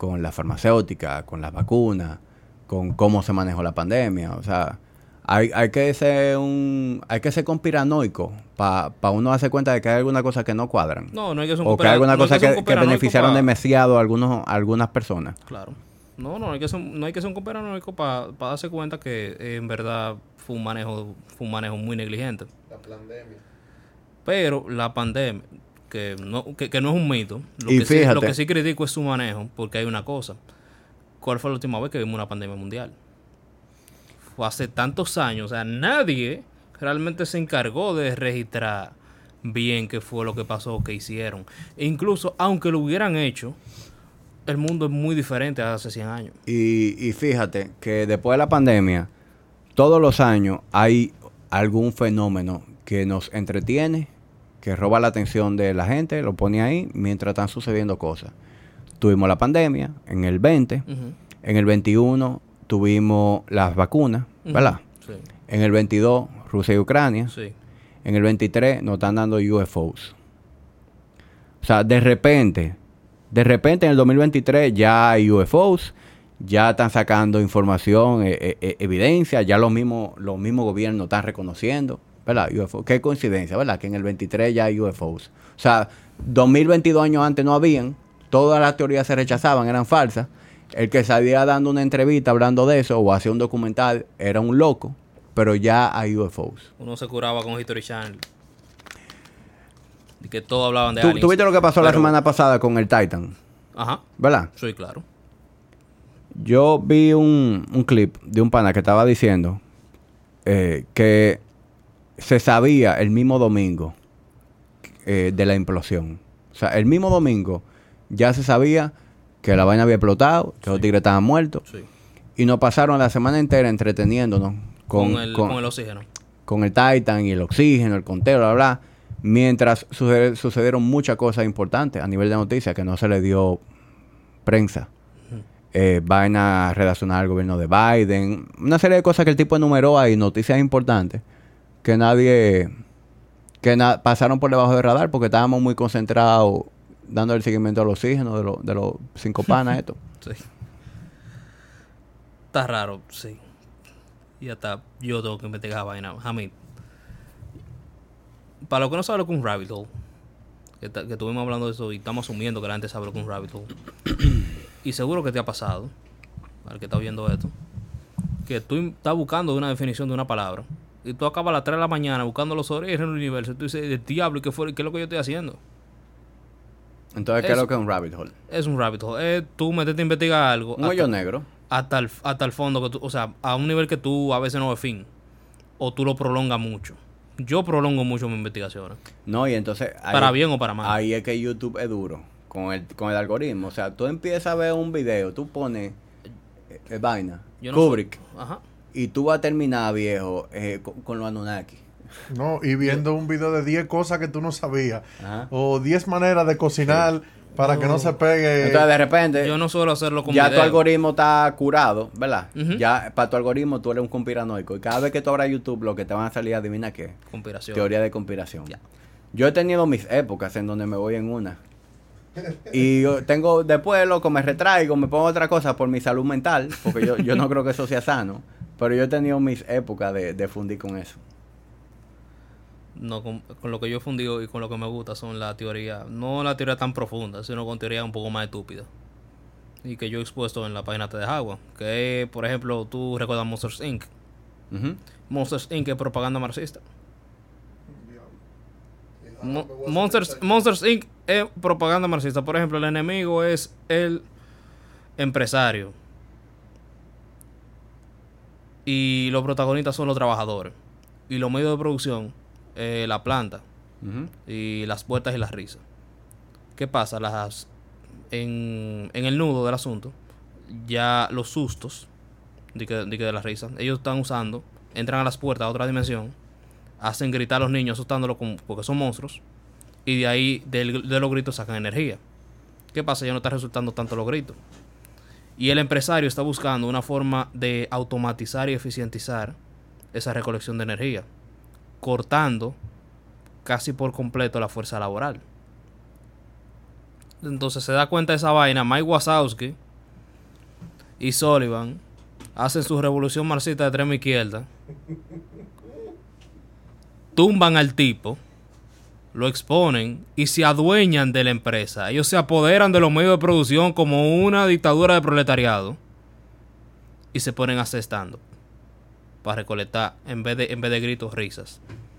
con la farmacéutica, con las vacunas, con cómo se manejó la pandemia. O sea, hay, hay que ser un, hay que ser conspiranoico para pa uno darse cuenta de que hay alguna cosa que no cuadran. No, no hay que ser un O que hay alguna no hay cosa ser que, un que beneficiaron conspiranoico demasiado a, algunos, a algunas personas. pa- Claro. No, no, hay que ser, no hay que ser un conspiranoico para darse cuenta que eh, en verdad fue un manejo fue un manejo muy negligente. La pandemia. Pero la pandemia, que no, que, que no es un mito, lo Y que, sí, fíjate. lo que sí critico es su manejo, porque hay una cosa. ¿Cuál fue la última vez que vimos una pandemia mundial? Fue hace tantos años, o sea, nadie realmente se encargó de registrar bien qué fue lo que pasó, qué hicieron. E incluso, aunque lo hubieran hecho, el mundo es muy diferente a hace cien años. Y, y fíjate que después de la pandemia, todos los años hay algún fenómeno que nos entretiene, que roba la atención de la gente, lo pone ahí mientras están sucediendo cosas. Tuvimos la pandemia en el veinte, Ujú, en el veintiuno tuvimos las vacunas, ujú. ¿verdad? Sí, En el veintidós, Rusia y Ucrania. sí. En el veintitrés nos están dando U F Os. O sea, de repente, de repente en el dos mil veintitrés ya hay U F Os, ya están sacando información, eh, eh, eh, evidencia, ya los mismos, los mismos gobiernos están reconociendo, ¿verdad? U F O. Qué coincidencia, ¿verdad? Que en el veintitrés ya hay U F Os. O sea, dos mil veintidós años antes no habían, todas las teorías se rechazaban, eran falsas. El que salía dando una entrevista hablando de eso o hacía un documental era un loco, pero ya hay U F Os. Uno se curaba con History Channel. Y que todos hablaban de ¿Tú, aliens. ¿Tú viste lo que pasó la Pero- semana pasada con el Titan? Ajá, ¿Verdad? sí, claro. Yo vi un, un clip de un pana que estaba diciendo eh, que se sabía el mismo domingo eh, de la implosión. O sea, el mismo domingo ya se sabía que la vaina había explotado, que los tigres estaban muertos. Sí. Y nos pasaron la semana entera entreteniéndonos con, Con, el, con- con el oxígeno. con el Titan y el oxígeno, el conteo, bla, bla, mientras sucede- sucedieron muchas cosas importantes a nivel de noticias que no se le dio prensa. Eh, vainas relacionadas al gobierno de Biden, una serie de cosas que el tipo enumeró ahí, noticias importantes, que nadie, que na- pasaron por debajo del radar porque estábamos muy concentrados dando el seguimiento al oxígeno de, los de los cinco panas, esto. Sí. Está raro, sí. Y hasta yo tengo que investigar vaina. A mí, para lo que no sabe lo que es un rabbit hole, que, ta- que estuvimos hablando de eso y estamos asumiendo que la gente sabe lo que es un rabbit hole. Y seguro que te ha pasado, al que está viendo esto, que tú estás buscando una definición de una palabra y tú acabas a las tres de la mañana buscando los orígenes del universo y tú dices, el diablo, ¿y qué, fue, qué es lo que yo estoy haciendo? Entonces, ¿qué es Eso. lo que es un rabbit hole? Es un rabbit hole. Es tú meterte a investigar algo. Un hasta- hoyo negro. hasta el, hasta el fondo, que tú, o sea, a un nivel que tú a veces no ves fin, o tú lo prolongas mucho. Yo prolongo mucho mis investigaciones, No, y entonces... ahí- para bien o para mal. Ahí es que YouTube es duro con el, con el algoritmo. O sea, tú empiezas a ver un video, tú pones eh, eh, vaina, Yo no Kubrick, soy- Ajá. y tú vas a terminar, viejo, eh, con, con los Anunnaki. No, y viendo un video de diez cosas que tú no sabías. Ajá. O diez maneras de cocinar para que no se pegue. Entonces, de repente, Yo no suelo hacerlo con ya tu video. algoritmo está curado, ¿verdad? Ujú. Ya para tu algoritmo tú eres un conspiranoico. Y cada vez que tú abras YouTube, lo que te van a salir, adivina qué. Conspiración. Teoría de conspiración. Ya. Yo he tenido mis épocas en donde me voy en una. Y yo tengo, después, loco, me retraigo, me pongo otra cosa por mi salud mental, porque yo, yo no creo que eso sea sano. Pero yo he tenido mis épocas de, de fundir con eso. No, con, con lo que yo he fundido y con lo que me gusta son la teoría, no la teoría tan profunda, sino con teoría un poco más estúpida. Y que yo he expuesto en la página Te de Agua. Que es, por ejemplo, tú recuerdas Monsters incorporated. Ujú. Monsters incorporated es propaganda marxista. Diablo. Mo- Ah, me voy a Monsters, hacer- Monsters incorporated es propaganda marxista. Por ejemplo, el enemigo es el empresario. Y los protagonistas son los trabajadores. Y los medios de producción, eh, la planta. Ujú. Y las puertas y las risas. ¿Qué pasa? Las, en, en el nudo del asunto, ya los sustos de que, de que de las risas, ellos están usando, entran a las puertas a otra dimensión, hacen gritar a los niños asustándolos con- porque son monstruos, y de ahí, del- de los gritos, sacan energía. ¿Qué pasa? Ya no está resultando tanto los gritos. Y el empresario está buscando una forma de automatizar y eficientizar esa recolección de energía, cortando casi por completo la fuerza laboral. Entonces se da cuenta de esa vaina Mike Wazowski, y Sullivan hacen su revolución marxista de extrema izquierda, tumban al tipo, lo exponen y se adueñan de la empresa. Ellos se apoderan de los medios de producción como una dictadura de proletariado y se ponen a hacer stand-up para recolectar, en vez de, en vez de gritos, risas.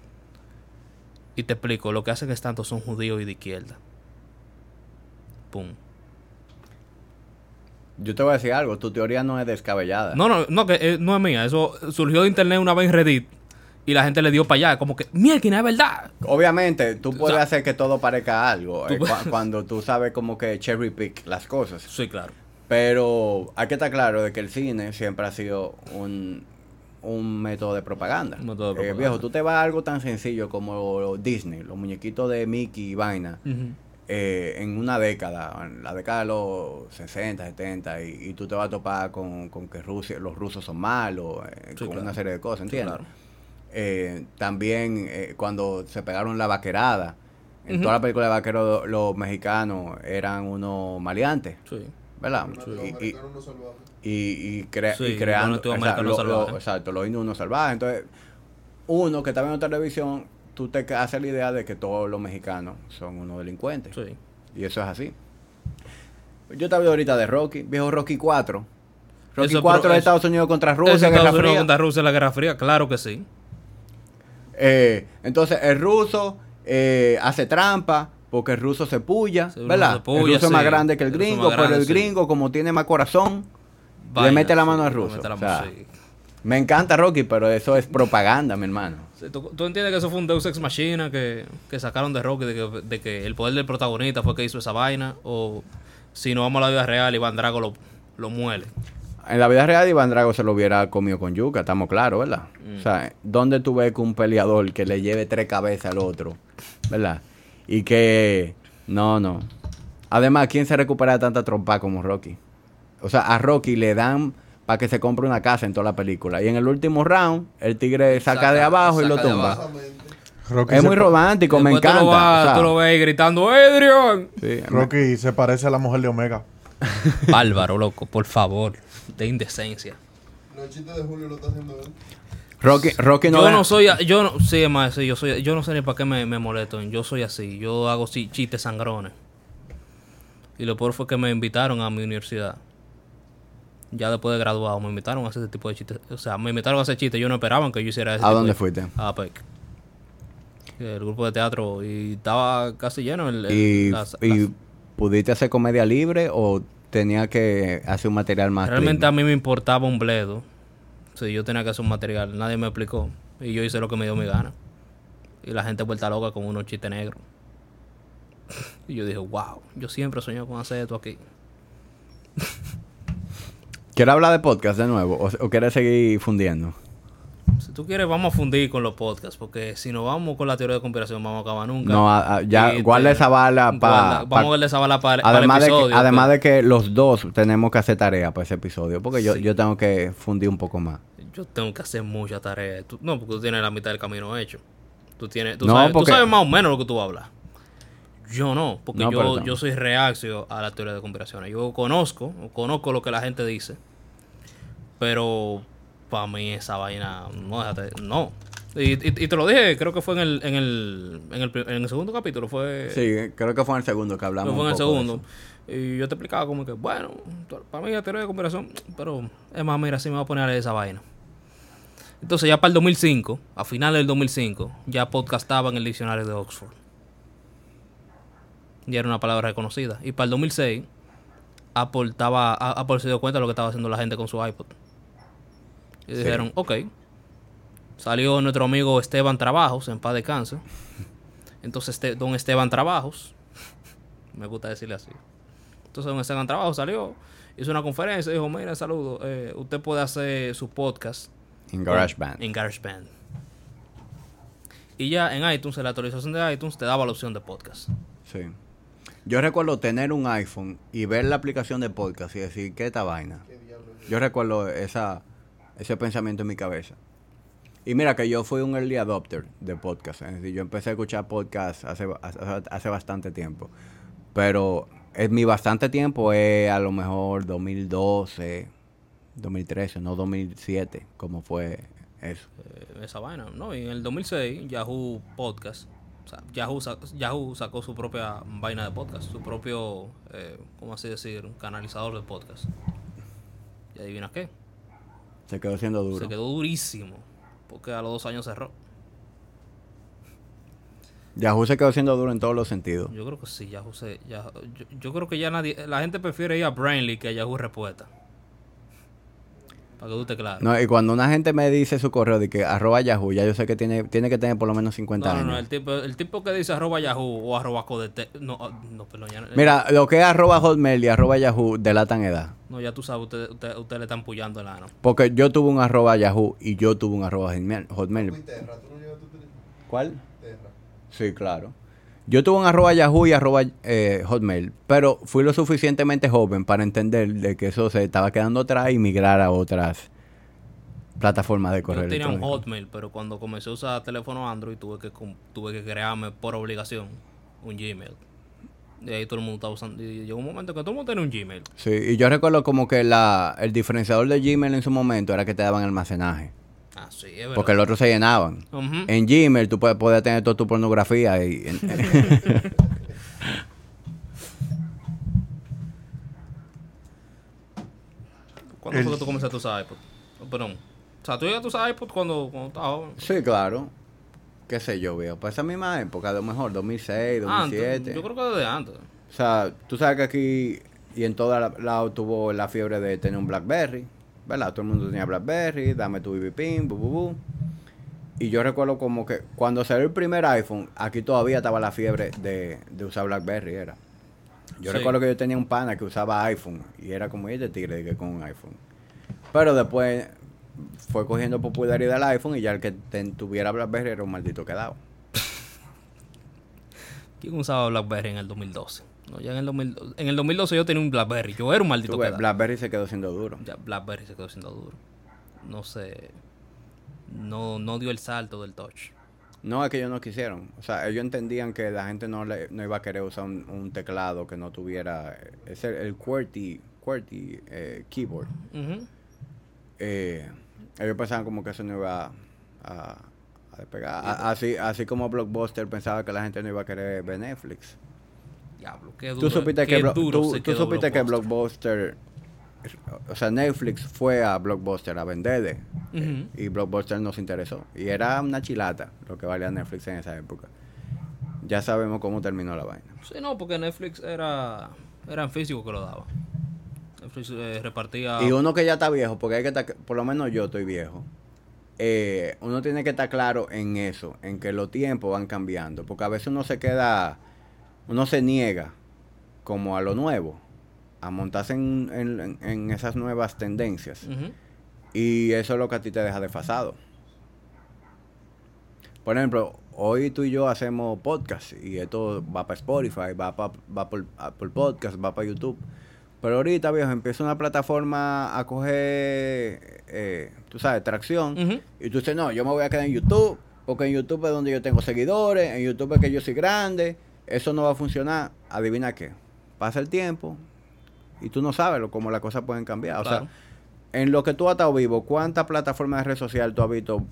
Y te explico, lo que hacen stand-up son judíos y de izquierda. Pum. Yo te voy a decir algo, tu teoría no es descabellada. No, no, no, que eh, no es mía. Eso surgió de internet una vez en Reddit y la gente le dio para allá. Como que, mierda, es verdad. Obviamente, tú puedes O sea, hacer que todo parezca algo tú eh, puedes- cu- cuando tú sabes como que cherry pick las cosas. Sí, claro. Pero hay que estar claro de que el cine siempre ha sido un, un método de propaganda. Un método de Eh, propaganda. viejo, tú te vas a algo tan sencillo como Disney, los muñequitos de Mickey y vaina. Ujú. eh, en una década, en la década de los sesenta, setenta, y, y tú te vas a topar con, con que Rusia, los rusos son malos, eh, Sí, con claro. una serie de cosas, Sí, ¿entiendes? claro. Eh, también eh, cuando se pegaron la vaquerada, en Ujú. toda la película de vaqueros los mexicanos eran unos maleantes, Sí. ¿verdad? Los Y, y, americanos no salvajes. y, y, cre- Sí, y creando los nativos exacto, americanos lo- lo- salvajes. exacto, los indios unos salvajes. Entonces, uno que está viendo televisión, tú te ca- haces la idea de que todos los mexicanos son unos delincuentes. Sí. Y eso es así. Yo te hablo ahorita de Rocky, viejo Rocky cuatro. Rocky Eso, cuatro pero de eso- Estados Unidos contra ¿Es Rusia, Guerra Estados Unidos Fría. contra Rusia en la Guerra Fría? Claro que sí. Eh, entonces, el ruso eh, hace trampa porque el ruso se puya, Sí, el ¿verdad? ruso se puya, el ruso es más sí. grande que el El ruso es gringo, más pero grande, el sí. gringo, como tiene más corazón, Vaina, le mete la sí, mano al le ruso. mete la O mano, sea, sí. me encanta Rocky, pero eso es propaganda, mi hermano. Sí, ¿Tú, tú entiendes que eso fue un Deus Ex Machina que, que sacaron de Rocky, de que, de que el poder del protagonista fue que hizo esa vaina? O si no vamos a la vida real, Iván Drago lo, lo muele. En la vida real, Iván Drago se lo hubiera comido con yuca, estamos claros, ¿verdad? Mm. O sea, ¿dónde tú ves que un peleador que le lleve tres cabezas al otro, ¿verdad? Y que... No, no. Además, ¿quién se recupera de tanta trompa como Rocky? O sea, a Rocky le dan para que se compre una casa en toda la película. Y en el último round, el tigre saca, Saca- de abajo y saca lo de tumba. abajo. Exactamente. Rocky, Es se muy pa- romántico, me Después tú encanta. lo, vas- o sea, tú lo ves ahí gritando, ¡Adrian! sí, Rocky se parece a la mujer de Omega. Bárbaro, loco, por favor. De indecencia. Los chistes de Julio lo está haciendo él. Rocky, Rocky no yo deja- no soy, a- yo no, sí, es más, sí, yo soy, yo no sé ni para qué me, me molesto. Yo soy así, yo hago sí, chistes sangrones. Y lo peor fue que me invitaron a mi universidad. Ya después de graduado, me invitaron a hacer ese tipo de chistes. O sea, me invitaron a hacer chistes. Yo no esperaban que yo hiciera ese ¿A tipo dónde de- fuiste? A APEC. El grupo de teatro. Y estaba casi lleno. El, el- ¿Y, las- y las- pudiste hacer comedia libre o tenía que hacer un material más Realmente a clean? mí me importaba un bledo. Sí, yo tenía que hacer un material. Nadie me explicó. Y yo hice lo que me dio mi gana. Y la gente vuelta loca con unos chistes negros. Y yo dije, wow, yo siempre he soñado con hacer esto aquí. ¿Quieres hablar de podcast de nuevo o, o quieres seguir fundiendo? Si tú quieres, vamos a fundir con los podcasts. Porque si nos vamos con la teoría de conspiración, vamos a acabar nunca. No, a- a- ya Y guarda te- esa bala guarda- para... Vamos a guardar esa bala para, el Además, de que, episodio. además que- de que los dos tenemos que hacer tarea para ese episodio, porque yo, Sí. yo tengo que fundir un poco más. Yo tengo que hacer mucha tarea. Tú- no, porque tú tienes la mitad del camino hecho. Tú tienes, tú, No, sabes, tú porque- sabes más o menos lo que tú hablas. Yo no, porque No, pero yo, tam- yo soy reacio a la teoría de conspiraciones. Yo conozco, conozco lo que la gente dice, pero para mí esa vaina no, déjate, no. Y, y- y te lo dije, creo que fue en el, en el, en el, pri- en el segundo capítulo, fue, Sí, creo que fue en el segundo que hablamos. fue en un el poco de segundo. eso. Y yo te explicaba como que, bueno, para mí la teoría de conspiración, pero es más, mira, sí me voy a poner a leer esa vaina. Entonces ya para el dos mil cinco, a finales del dos mil cinco, ya podcastaba en el diccionario de Oxford. Ya era una palabra reconocida. Y para el dos mil seis, Apple, estaba, a- Apple se dio cuenta de lo que estaba haciendo la gente con su iPod. Y Sí. dijeron, ok. Salió nuestro amigo Esteban Trabajos, en paz descanse. Entonces, este, don Esteban Trabajos, me gusta decirle así. Entonces, don Esteban Trabajos salió, hizo una conferencia y dijo, mira, saludo, eh, usted puede hacer su podcast En GarageBand. en GarageBand. Y ya en iTunes, en la actualización de iTunes, te daba la opción de podcast. Sí. Yo recuerdo tener un iPhone y ver la aplicación de podcast y decir, ¿qué es esta vaina? ¿Qué diablo es? Yo recuerdo esa, ese pensamiento en mi cabeza. Y mira que yo fui un early adopter de podcast. Es decir, yo empecé a escuchar podcast hace, hace, hace bastante tiempo. Pero es, mi bastante tiempo es a lo mejor dos mil doce, dos mil trece, no dos mil siete, como fue eso. Eh, esa vaina, ¿no? Y en el dos mil seis, Yahoo Podcast. O sea, Yahoo, sa- Yahoo sacó su propia vaina de podcast, su propio, eh, ¿cómo así decir? Un canalizador de podcast. ¿Y adivinas qué? Se quedó siendo duro. Se quedó durísimo, porque a los dos años cerró. Yahoo se quedó siendo duro en todos los sentidos. Yo creo que sí, Yahoo se... Yahoo- yo, yo creo que ya nadie... La gente prefiere ir a Brainly que a Yahoo Respuesta. Para que tú estés claro. No, y cuando una gente me dice su correo de que arroba Yahoo, ya yo sé que tiene, tiene que tener por lo menos cincuenta No, no, años. no, el tipo, el tipo que dice arroba Yahoo o arroba Codete... No, ah, no, perdón, ya... Mira, lo que es arroba Hotmail y arroba Yahoo delatan edad. No, ya tú sabes, ustedes usted, usted le están pullando el ano. Porque yo tuve un arroba Yahoo y yo tuve un arroba Hotmail. Fui Hotmail. Terra, ¿tú no llegaste a utilizar? ¿Cuál? Terra. Sí, claro. Yo tuve un arroba Yahoo y arroba eh, Hotmail, pero fui lo suficientemente joven para entender de que eso se estaba quedando atrás y migrar a otras plataformas de correo Yo tenía un electrónico. Hotmail, pero cuando comencé a usar teléfono Android tuve que com- tuve que crearme por obligación un Gmail. Y ahí todo el mundo estaba usando... Y llegó un momento que todo el mundo tenía un Gmail. Sí, y yo recuerdo como que la, el diferenciador de Gmail en su momento era que te daban almacenaje, Ah, sí, es verdad. porque el otro se llenaban. Ujú. En Gmail tú puedes, podías tener toda tu pornografía y... en- ¿Cuándo El- fue que tú comenzaste a usar iPod? Oh, perdón. O sea, tú llegaste a usar iPod cuando, cuando estabas joven. Sí, claro. Qué sé yo, viejo. Para esa misma época, a lo mejor, dos mil seis, Ah, dos mil siete. antes, yo creo que desde antes. O sea, tú sabes que aquí y en todo lado tuvo la fiebre de tener un BlackBerry, ¿verdad? Todo el mundo tenía BlackBerry, dame tu B B pin, bu, bu, bu. Y yo recuerdo como que cuando salió el primer iPhone, aquí todavía estaba la fiebre de, de usar BlackBerry, era. Yo Sí. recuerdo que yo tenía un pana que usaba iPhone y era como este tigre de que con un iPhone. Pero después fue cogiendo popularidad el iPhone y ya el que ten- tuviera BlackBerry era un maldito quedado. ¿Quién usaba BlackBerry en el dos mil doce? No, ya en el, dos mil en el dos mil doce yo tenía un BlackBerry. Yo era un maldito Tú ves, pedal. BlackBerry se quedó siendo duro. Ya BlackBerry se quedó siendo duro. No sé. No, no dio el salto del touch. No, es que ellos no quisieron. O sea, ellos entendían que la gente no, le, no iba a querer usar un, un teclado que no tuviera ese, el QWERTY, QWERTY eh, keyboard. Ujú. Eh, ellos pensaban como que eso no iba a, a- a despegar. A- así, así como Blockbuster pensaba que la gente no iba a querer ver Netflix. Diablo, qué duro. Tú supiste qué que, Blo- duro tú, se tú quedó supiste que Blockbuster. Blockbuster, o sea, Netflix fue a Blockbuster a vender Ujú. y Blockbuster no se interesó. Y era una chilata lo que valía Netflix en esa época. Ya sabemos cómo terminó la vaina. Sí, no, porque Netflix era, era en físico que lo daba. Netflix eh, repartía... Y uno que ya está viejo, porque hay que estar, por lo menos yo estoy viejo, eh, uno tiene que estar claro en eso, en que los tiempos van cambiando, porque a veces uno se queda, uno se niega como a lo nuevo, a montarse en, en- en esas nuevas tendencias, Ujú. y eso es lo que a ti te deja desfasado. Por ejemplo, hoy tú y yo hacemos podcast y esto va para Spotify, va para va por Apple Podcast, va para YouTube. Pero ahorita, viejo, empieza una plataforma a coger, eh, tú sabes, tracción. Ujú. Y tú dices, no, yo me voy a quedar en YouTube, porque en YouTube es donde yo tengo seguidores, en YouTube es que yo soy grande, eso no va a funcionar. Adivina qué, pasa el tiempo y tú no sabes lo, cómo las cosas pueden cambiar. O Claro. sea, en lo que tú has estado vivo, ¿cuántas plataformas de red social tú has visto?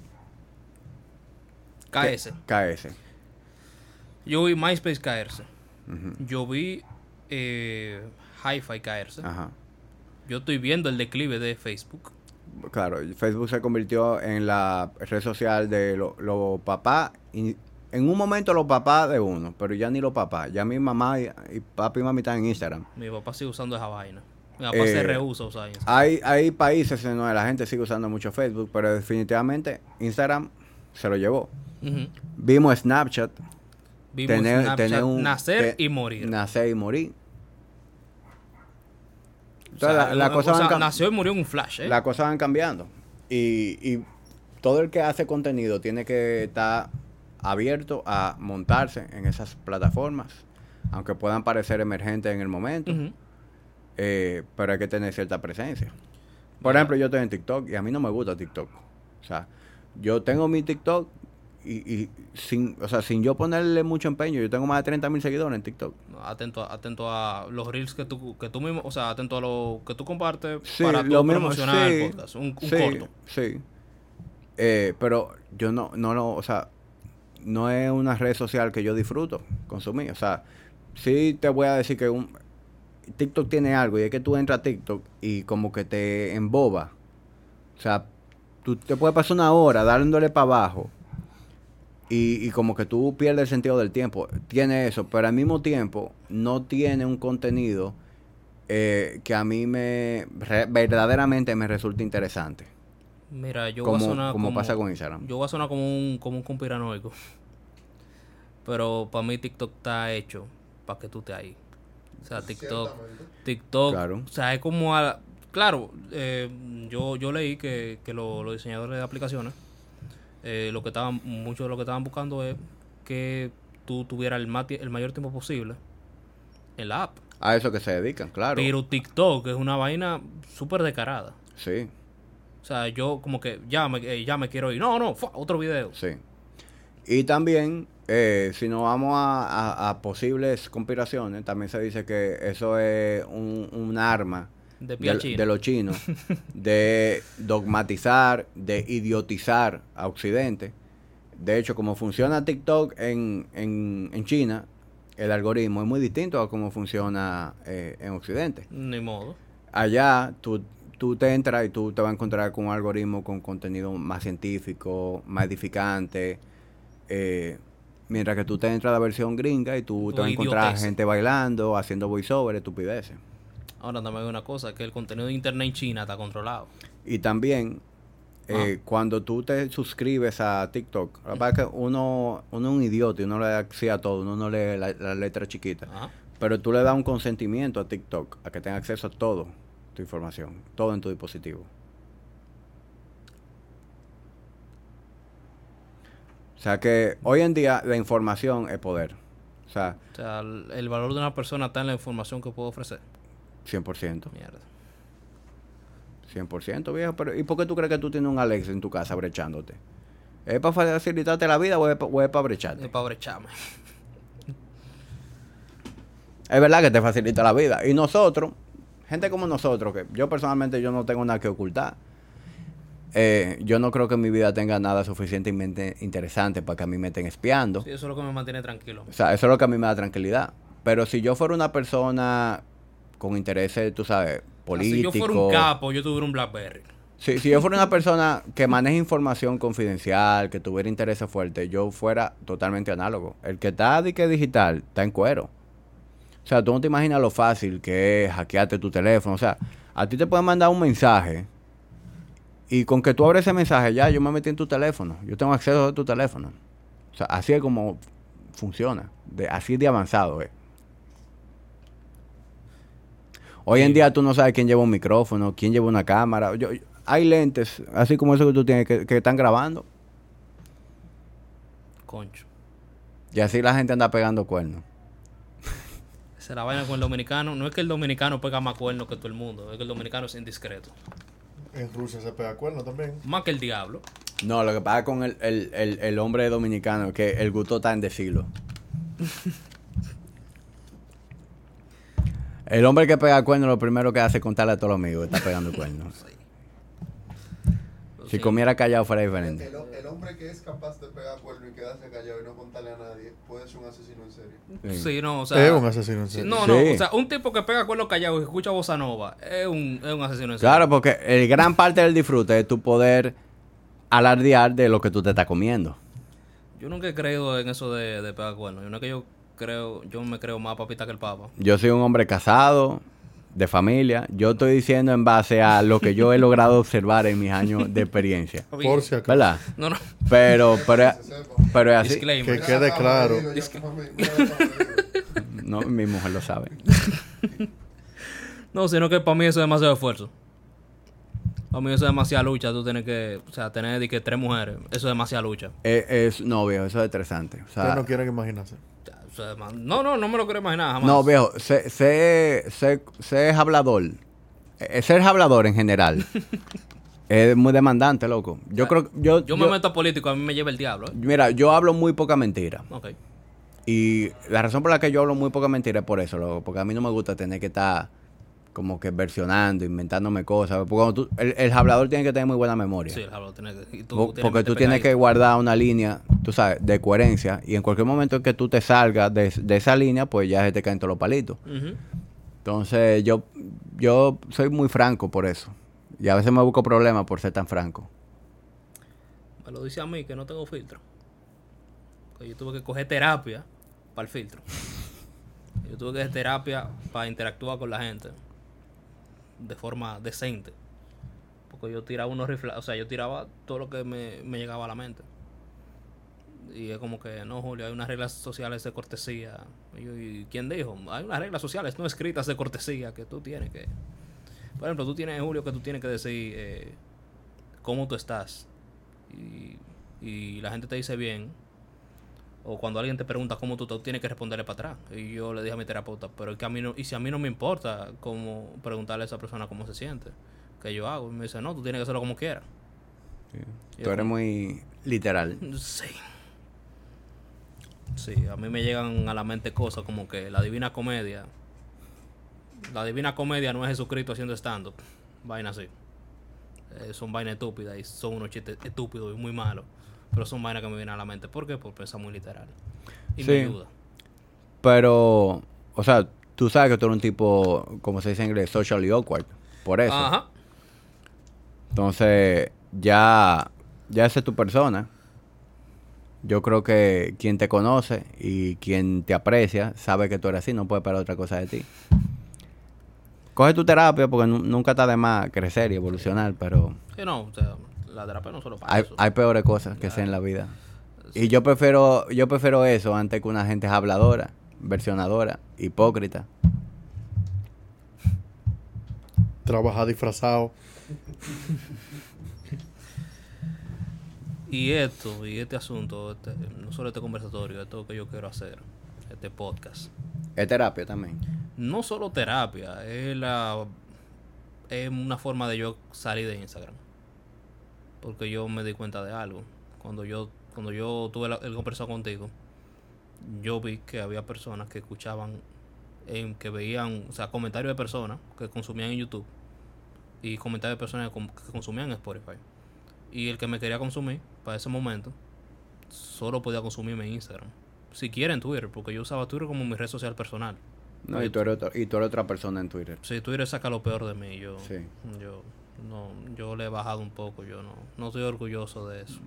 K S. K S. Yo vi MySpace caerse. Ujú. Yo vi eh, Hi-Fi caerse. Ajá. Yo estoy viendo el declive de Facebook. Claro, Facebook se convirtió en la red social de los lo papás. y En un momento los papás de uno, pero ya ni los papás. Ya mi mamá y, y papi y mami están en Instagram. Mi papá sigue usando esa vaina. Mi papá Eh, se rehúsa a usar Instagram. Hay, hay países en donde la gente sigue usando mucho Facebook, pero definitivamente Instagram se lo llevó. Ujú. Vimos Snapchat, Vimos tener, Snapchat tener un, nacer te- y morir. Nacer y morir. O sea, Entonces, la, la o cosa sea, van cam- nació y murió en un flash, ¿eh? las cosas van cambiando. Y, y todo el que hace contenido tiene que estar abierto a montarse en esas plataformas, aunque puedan parecer emergentes en el momento, Ujú. eh, pero hay que tener cierta presencia. Por Mira. ejemplo, yo estoy en TikTok y a mí no me gusta TikTok. O sea, yo tengo mi TikTok y, y sin, o sea, sin yo ponerle mucho empeño, yo tengo más de treinta mil seguidores en TikTok. Atento a, atento a los reels que tú, que tú mismo, o sea, atento a lo que tú compartes Sí, para lo tú mismo, promocionar sí, el podcast. Un, un sí, corto. Sí. Eh, pero yo no, no, no, o sea, no es una red social que yo disfruto consumir. O sea, sí te voy a decir que un TikTok tiene algo y es que tú entras a TikTok y como que te emboba. O sea, tú te puedes pasar una hora dándole para abajo y, y como que tú pierdes el sentido del tiempo. Tiene eso, pero al mismo tiempo no tiene un contenido eh, que a mí me re- verdaderamente me resulta interesante. Mira, yo Como- voy a sonar como como pasa con Instagram. Yo voy a sonar como un, como un conspiranoico. Pero para mí TikTok está hecho para que tú estés ahí. O sea, TikTok, Ciertamente. TikTok, Claro. o sea, es como a, claro, eh, yo, yo leí que, que lo- los diseñadores de aplicaciones, eh, lo que estaban, muchos de lo que estaban buscando es que tú tuvieras el, más tie- el mayor tiempo posible en la app. A eso que se dedican, claro. Pero TikTok es una vaina súper descarada. Sí, O sea, yo como que ya me, eh, ya me quiero ir. No, no, fue otro video. sí. Y también, eh, si nos vamos a, a- a posibles conspiraciones, también se dice que eso es un, un arma De pie a de, China. de los chinos de dogmatizar, de idiotizar a Occidente. De hecho, como funciona TikTok en, en, en China, el algoritmo es muy distinto a cómo funciona eh, en Occidente. Ni modo. Allá tú, tú te entras y tú te vas a encontrar con un algoritmo con contenido más científico, más edificante, eh, mientras que tú te entras a la versión gringa y tú Tu te vas a encontrar idiotez. gente bailando, haciendo voiceover, estupideces. Ahora también hay una cosa, que el contenido de internet en China está controlado. Y también, eh, cuando tú te suscribes a TikTok, la verdad es que uno, uno es un idiota y uno le da sí a todo, uno no lee la, la letra chiquita. Ajá. Pero tú le das un consentimiento a TikTok, a que tenga acceso a todo tu información, todo en tu dispositivo. O sea que hoy en día la información es poder. O sea, O sea, el, el valor de una persona está en la información que puede ofrecer. cien por ciento. Mierda. cien por ciento, viejo. Pero ¿y por qué tú crees que tú tienes un Alexa en tu casa brechándote? ¿Es para facilitarte la vida o es para brecharte? Es para brechame. Es verdad que te facilita la vida. Y nosotros, gente como nosotros, que yo personalmente yo no tengo nada que ocultar. Eh, yo no creo que en mi vida tenga nada suficientemente interesante para que a mí me estén espiando. Sí, eso es lo que me mantiene tranquilo. O sea, eso es lo que a mí me da tranquilidad. Pero si yo fuera una persona con intereses, tú sabes, políticos... Si yo fuera un capo, yo tuviera un Blackberry. Si, si yo fuera una persona que maneja información confidencial, que tuviera intereses fuertes, yo fuera totalmente análogo. El que está de que digital está en cuero. O sea, tú no te imaginas lo fácil que es hackearte tu teléfono. O sea, a ti te pueden mandar un mensaje y con que tú abres ese mensaje, ya, yo me metí en tu teléfono. Yo tengo acceso a tu teléfono. O sea, así es como funciona. De, así de avanzado, eh. Hoy en día tú no sabes quién lleva un micrófono, quién lleva una cámara. Yo, yo- hay lentes, así como eso que tú tienes, que, que están grabando. Concho. Y así la gente anda pegando cuernos. Esa es la vaina con el dominicano. No es que el dominicano pega más cuernos que todo el mundo. Es que el dominicano es indiscreto. En Rusia se pega cuerno también. Más que el diablo. No, lo que pasa con el, el, el, el hombre dominicano es que el gusto está en decirlo. El hombre que pega cuernos lo primero que hace es contarle a todos los amigos que está pegando cuernos. Si Sí. comiera callado fuera El, diferente. el hombre que es capaz de pegar cuerno y quedarse callado y no contarle a nadie puede ser un asesino en serie. Sí. Sí, no, o sea... Es un asesino en sí, serie. no, no, Sí. o sea, un tipo que pega cuernos callados y escucha bossa nova es un, es un asesino en serie. Claro, porque el gran parte del disfrute es tu poder alardear de lo que tú te estás comiendo. Yo nunca he creído en eso de, de pegar cuernos. Yo no es que yo creo... Yo me creo más papita que el papa. Yo soy un hombre casado, de familia. Yo estoy diciendo en base a lo que yo he logrado observar en mis años de experiencia. Por si acaso. ¿Verdad? No, no. Pero, pero, Se sepa. pero es así. Disclaimer. Que quede claro. Mira, ya está, mami, mira, ya está, mami. No, mi mujer lo sabe. No, sino que para mí eso es demasiado esfuerzo. Para mí eso es demasiada lucha. Tú tienes que... O sea, tener de que tres mujeres. Eso es demasiada lucha. Es, es- no, viejo, eso es estresante. O sea, Ustedes no quieren imaginarse. O sea, eso es dema- no, no, no me lo quiero imaginar jamás. no, viejo, sé, sé, sé, sé hablador. Eh, ser hablador en general Es muy demandante, loco. Yo Ah, creo... Yo, Yo me meto a político, a mí me lleva el diablo. ¿eh? Mira, yo hablo muy poca mentira. Ok. Y la razón por la que yo hablo muy poca mentira es por eso, loco. Porque a mí no me gusta tener que estar como que versionando, inventándome cosas. Porque cuando tú, el, el hablador tiene que tener muy buena memoria. Sí, el hablo tiene que... y tú Po- tienes porque mente tú tienes que pegadita. guardar una línea, tú sabes, de coherencia. Y en cualquier momento en que tú te salgas de, de esa línea, pues ya se te caen todos los palitos. Ujú. Entonces, yo, yo soy muy franco por eso. Y a veces me busco problemas por ser tan franco. Me lo dice a mí que no tengo filtro. Que yo tuve que coger terapia para el filtro. Yo tuve que coger terapia para interactuar con la gente de forma decente. Porque yo tiraba unos rifles, o sea, yo tiraba todo lo que me, me llegaba a la mente. Y es como que, no, Julio, hay unas reglas sociales de cortesía. Y, yo, ¿y quién dijo? Hay unas reglas sociales no escritas de cortesía que tú tienes que... Por ejemplo, tú tienes, Julio, que tú tienes que decir eh, cómo tú estás. Y, y la gente te dice bien. O cuando alguien te pregunta cómo tú estás, tienes que responderle para atrás. Y yo le dije a mi terapeuta, pero es que a mí no, y si a mí no me importa cómo preguntarle a esa persona cómo se siente, ¿qué yo hago? Y me dice, no, tú tienes que hacerlo como quieras. Y Tú yo eres como, muy literal. Sí. Sí, a mí me llegan a la mente cosas como que la Divina Comedia. La Divina Comedia no es Jesucristo haciendo stand-up. Vaina así. Eh, son vainas estúpidas y son unos chistes estúpidos y muy malos. Pero son vainas que me vienen a la mente. ¿Por qué? Por pensar muy literal. Y Sí. me ayuda. Pero, o sea, tú sabes que tú eres un tipo, como se dice en inglés, socially awkward. Por eso. Ajá. Entonces, ya, ya esa es tu persona. Yo creo que quien te conoce y quien te aprecia sabe que tú eres así, no puede esperar otra cosa de ti. Coge tu terapia porque nu- nunca está de más crecer y evolucionar, pero Sí, no, o sea, la terapia no solo para hay, eso. hay peores cosas que hacer en la vida. Y yo prefiero, yo prefiero eso antes que una gente habladora, versionadora, hipócrita. Trabajar disfrazado. Y esto, y este asunto, este, no solo este conversatorio, esto que yo quiero hacer, este podcast. Es terapia también. No solo terapia, es la es una forma de yo salir de Instagram. Porque yo me di cuenta de algo. Cuando yo cuando yo tuve la, el conversado contigo, yo vi que había personas que escuchaban, en, que veían, o sea, comentarios de personas que consumían en YouTube y comentarios de personas que, com- que consumían en Spotify. Y el que me quería consumir para ese momento solo podía consumirme en Instagram. Si quiere en Twitter, porque yo usaba Twitter como mi red social personal. No, y, tú eres otro- y tú eres otra persona en Twitter. Si Twitter saca lo peor de mí, yo, Sí. yo, no, yo le he bajado un poco, yo no, no estoy orgulloso de eso.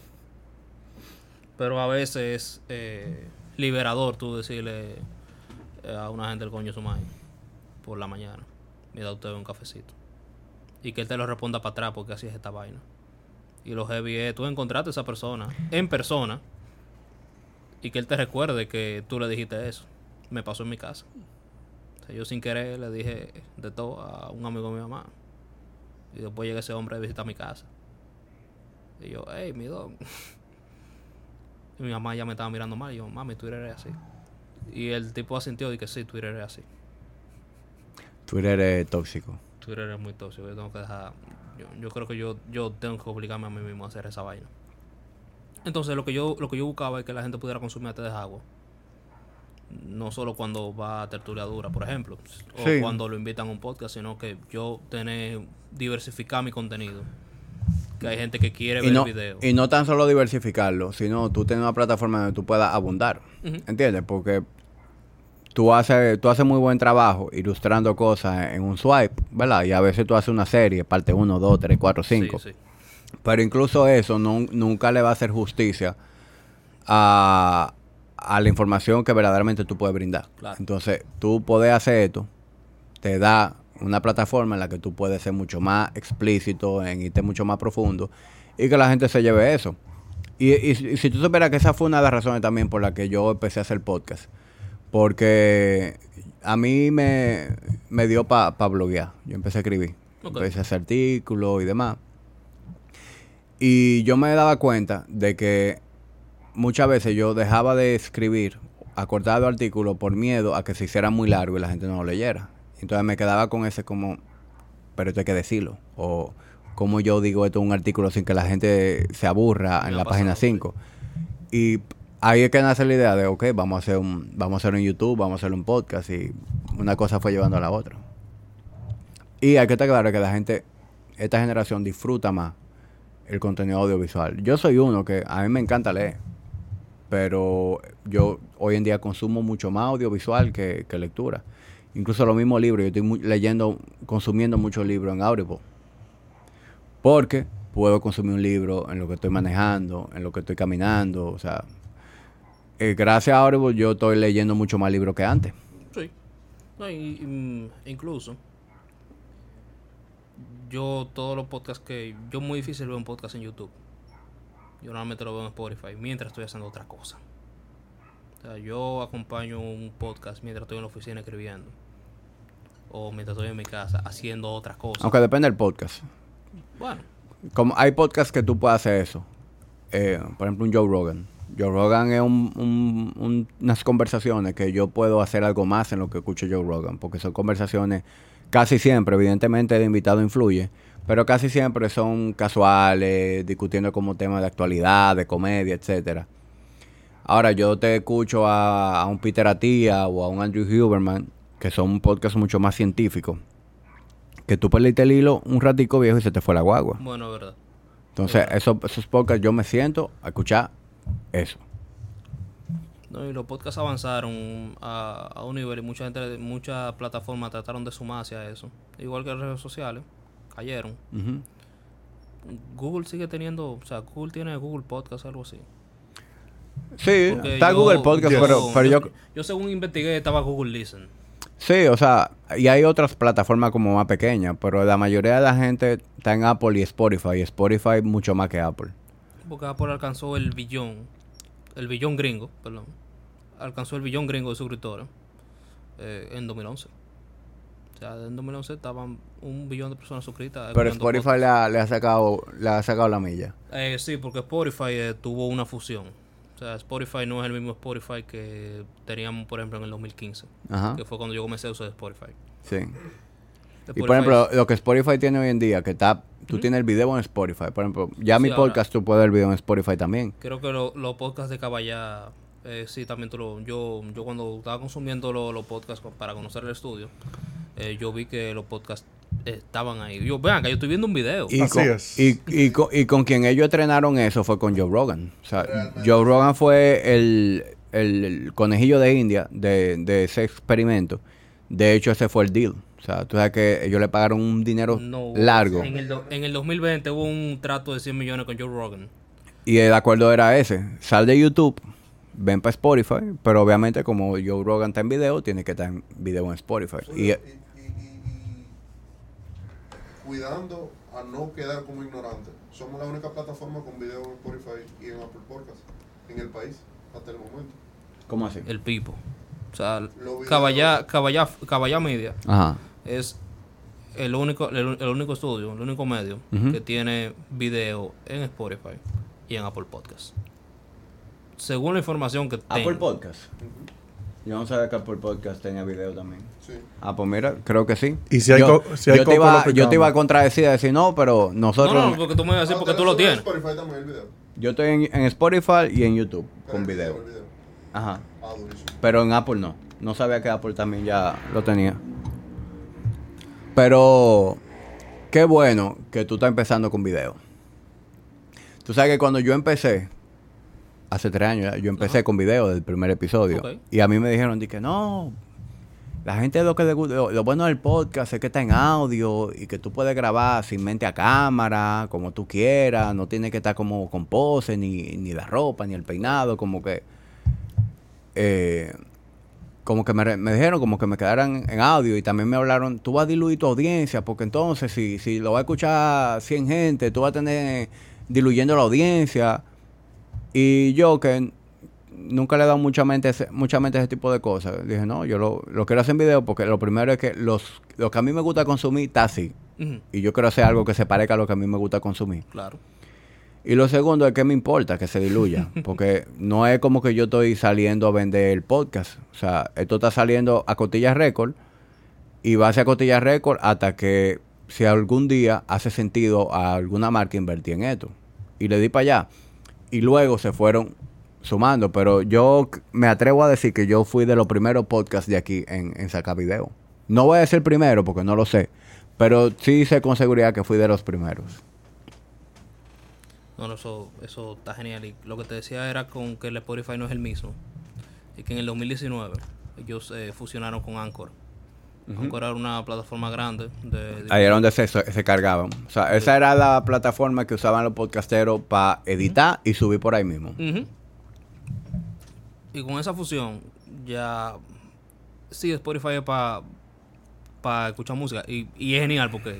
Pero a veces es eh, liberador tú decirle eh, a una gente el coño de su madre por la mañana, me da usted un cafecito. Y que él te lo responda para atrás porque así es esta vaina. Y lo heavy es tú encontraste a esa persona en persona y que él te recuerde que tú le dijiste eso. Me pasó en mi casa. O sea, yo sin querer le dije de todo a un amigo de mi mamá. Y después llega ese hombre a visitar mi casa. Y yo, hey, mi don. Y mi mamá ya me estaba mirando mal. Y yo, mami, Twitter es así. Y el tipo asintió y que sí, Twitter es así. Twitter es tóxico. Twitter es muy tóxico. Yo tengo que dejar. Yo, yo creo que yo, yo tengo que obligarme a mí mismo a hacer esa vaina. Entonces, lo que yo, lo que yo buscaba es que la gente pudiera consumir a Te Deja Agua. No solo cuando va a tertuliadura, por ejemplo, o Sí. cuando lo invitan a un podcast, sino que yo tener, diversificar mi contenido. Que hay gente que quiere Y ver no, videos. y no tan solo diversificarlo, sino tú tener una plataforma donde tú puedas abundar. Ujú. ¿Entiendes? Porque tú haces, tú haces muy buen trabajo ilustrando cosas en un swipe, ¿verdad? Y a veces tú haces una serie, parte uno, dos, tres, cuatro, cinco. Sí, sí. Pero incluso eso no, nunca le va a hacer justicia a, a la información que verdaderamente tú puedes brindar. Claro. Entonces, tú poder hacer esto te da una plataforma en la que tú puedes ser mucho más explícito, en irte mucho más profundo y que la gente se lleve eso. Y, y, y si tú supieras que esa fue una de las razones también por la que yo empecé a hacer podcast. Porque a mí me, me dio para pa bloguear. Yo empecé a escribir. Ok. Empecé a hacer artículos y demás. Y yo me daba cuenta de que muchas veces yo dejaba de escribir, acortar los artículos por miedo a que se hiciera muy largo y la gente no lo leyera. Entonces me quedaba con ese como, pero esto hay que decirlo. O, cómo yo digo esto en un artículo sin que la gente se aburra Me en ha la pasado, página sí. cinco. Y ahí es que nace la idea de, ok, vamos a hacer un, vamos a hacer un YouTube, vamos a hacer un podcast, y una cosa fue llevando a la otra. Y hay que estar claro que la gente, esta generación disfruta más el contenido audiovisual. Yo soy uno que a mí me encanta leer, pero yo hoy en día consumo mucho más audiovisual que, que lectura. Incluso los mismos libros, yo estoy mu- leyendo, consumiendo muchos libros en Audible, porque puedo consumir un libro en lo que estoy manejando, en lo que estoy caminando, o sea, eh, gracias a Audible yo estoy leyendo mucho más libros que antes. Sí. No, y, y, mm, incluso, yo todos los podcasts que... Yo muy difícil ver un podcast en YouTube. Yo normalmente lo veo en Spotify mientras estoy haciendo otra cosa. O sea, yo acompaño un podcast mientras estoy en la oficina escribiendo. O mientras estoy en mi casa haciendo otras cosas. Aunque depende del podcast. Bueno, Como hay podcasts que tú puedes hacer eso. Eh, por ejemplo, un Joe Rogan. Joe Rogan es un, un- un- unas conversaciones que yo puedo hacer algo más en lo que escucho Joe Rogan. Porque son conversaciones casi siempre, evidentemente el invitado influye, pero casi siempre son casuales, discutiendo como temas de actualidad, de comedia, etcétera. Ahora, yo te escucho a, a un Peter Attia o a un Andrew Huberman, que son un podcast mucho más científico, que tú perdiste el hilo un ratico viejo y se te fue la guagua. bueno, es verdad. Entonces, esos, esos podcasts yo me siento a escuchar eso. No, y los podcasts avanzaron a, a un nivel y mucha gente, muchas plataformas trataron de sumarse a eso. Igual que las redes sociales, cayeron. Ujú. Google sigue teniendo, o sea, Google tiene Google Podcast, algo así. Sí, Porque está yo- Google Podcast, Yes. pero, pero yo... yo según investigué estaba Google Listen. Sí, o sea, y hay otras plataformas como más pequeñas, pero la mayoría de la gente está en Apple y Spotify, y Spotify mucho más que Apple. Porque Apple alcanzó el billón, el billón gringo, perdón. Alcanzó el billón gringo de suscriptores eh, en dos mil once. O sea, en dos mil once estaban un billón de personas suscritas. Pero escuchando Spotify le ha, le ha sacado le ha sacado la milla. Eh, sí, porque Spotify eh, tuvo una fusión. O sea, Spotify no es el mismo Spotify que teníamos, por ejemplo, en el dos mil quince. Ajá, Que fue cuando yo comencé a usar Spotify. sí. Spotify Y por ejemplo, es- lo que Spotify tiene hoy en día, que está, tú tienes el video en Spotify. Por ejemplo, ya Sí, mi ahora- podcast tú puedes ver el video en Spotify también. creo que lo- los podcasts de Caballá, eh, sí, también tú lo, yo, yo cuando estaba consumiendo lo- los podcasts co- para conocer el estudio, eh, yo vi que los podcasts estaban ahí. Yo, vean, que yo estoy viendo un video. Y Así con, es. Y, y, con, y con quien ellos entrenaron eso fue con Joe Rogan. O sea, Realmente. Joe Rogan fue el, el, el conejillo de India de, de ese experimento. De hecho, ese fue el deal. O sea, tú sabes que ellos le pagaron un dinero No, largo. En el, do- en el dos mil veinte hubo un trato de cien millones con Joe Rogan. Y el acuerdo era ese. Sal de YouTube, ven para Spotify. Pero obviamente como Joe Rogan está en video, tiene que estar en video en Spotify. Sí, Y, y, y- y- y cuidando a no quedar como ignorantes. Somos la única plataforma con video en Spotify y en Apple Podcast en el país hasta el momento. ¿Cómo así? El Pipo. O sea, Los videos- Caballá, Caballá, Caballá Media Ajá. es el único, el, el único estudio, el único medio Ujú. que tiene video en Spotify y en Apple Podcast. Según la información que Apple tengo. Podcast. Yo no sabía que Apple Podcast tenía video también. Sí. Ah, pues mira, creo que sí. Y si hay yo, co- si hay yo, te coco, iba, lo yo te iba a picamos. contradecir y decir no, pero No, nosotros... no, porque tú me vas a decir Ah, porque tú ¿ustedes lo suben tienes. Spotify también el video. Yo estoy en, en Spotify y en YouTube Pero con el video. el video. Ajá. Ah, durísimo. Pero en Apple no. No sabía que Apple también ya lo tenía. Pero qué bueno que tú estás empezando con video. Tú sabes que cuando yo empecé, hace tres años ya, yo empecé Ajá. con video del primer episodio. Ok. Y a mí me dijeron, di que no, la gente lo que le gusta, lo, lo bueno del podcast es que está en audio y que tú puedes grabar sin mente a cámara, como tú quieras, no tienes que estar como con pose, ni, ni la ropa, ni el peinado, como que... Eh, como que me, re- me dijeron como que me quedaran en audio y también me hablaron, tú vas a diluir tu audiencia, porque entonces si, si lo va a escuchar cien gente, tú vas a tener diluyendo la audiencia. Y yo que n- nunca le he dado mucha mente, ese- mucha mente a ese tipo de cosas, dije, no, yo lo, lo quiero hacer en video porque lo primero es que los, lo que a mí me gusta consumir está así. Ujú, Y yo quiero hacer algo que se parezca a lo que a mí me gusta consumir. claro. Y lo segundo es que me importa que se diluya, porque no es como que yo estoy saliendo a vender el podcast. O sea, esto está saliendo a Cotilla Record y va a ser a Cotilla Record hasta que si algún día hace sentido a alguna marca invertir en esto. Y le di para allá. Y luego se fueron sumando. Pero yo me atrevo a decir que yo fui de los primeros podcasts de aquí en, en sacar video. No voy a decir primero porque no lo sé. Pero sí sé con seguridad que fui de los primeros. No, no, eso, eso está genial. Y lo que te decía era con que el Spotify no es el mismo. Y que en el dos mil diecinueve ellos eh, fusionaron con Anchor. Uh-huh. Anchor era una plataforma grande. De, de Ahí era donde se, se cargaban. O sea, sí. Esa era la plataforma que usaban los podcasteros para editar uh-huh. y subir por ahí mismo. Uh-huh. Y con esa fusión, ya... Sí, Spotify es para pa escuchar música. Y, y es genial porque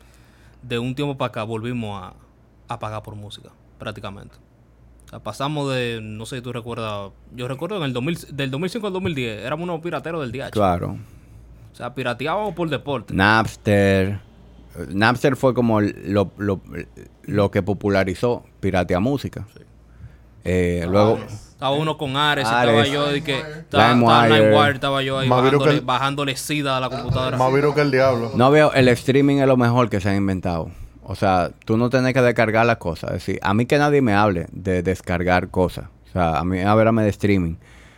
de un tiempo para acá volvimos a, a pagar por música, prácticamente. O sea, pasamos de... No sé si tú recuerdas... Yo recuerdo en el dos mil, del dos mil cinco al dos mil diez éramos unos pirateros del D H. Claro. O sea, pirateábamos por deporte. Napster. Napster fue como lo, lo, lo que popularizó piratear música. Sí. Eh, ah, luego... Estaba uno con Ares, Ares estaba yo y que... Estaba LimeWire, estaba yo ahí bajándole, el, bajándole SIDA a la computadora. Más virus que el diablo. No veo... El streaming es lo mejor que se ha inventado. O sea, tú no tenés que descargar las cosas. Es decir, a mí que nadie me hable de descargar cosas. O sea, a mí háblame de streaming.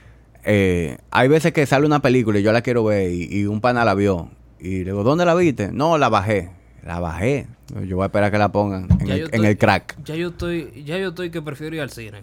Eh, hay veces que sale una película y yo la quiero ver y, y un pana la vio. Y le digo, ¿dónde la viste? No, la bajé. La bajé. Yo voy a esperar que la pongan en, el, estoy, en el crack. Ya yo estoy ya yo estoy que prefiero ir al cine.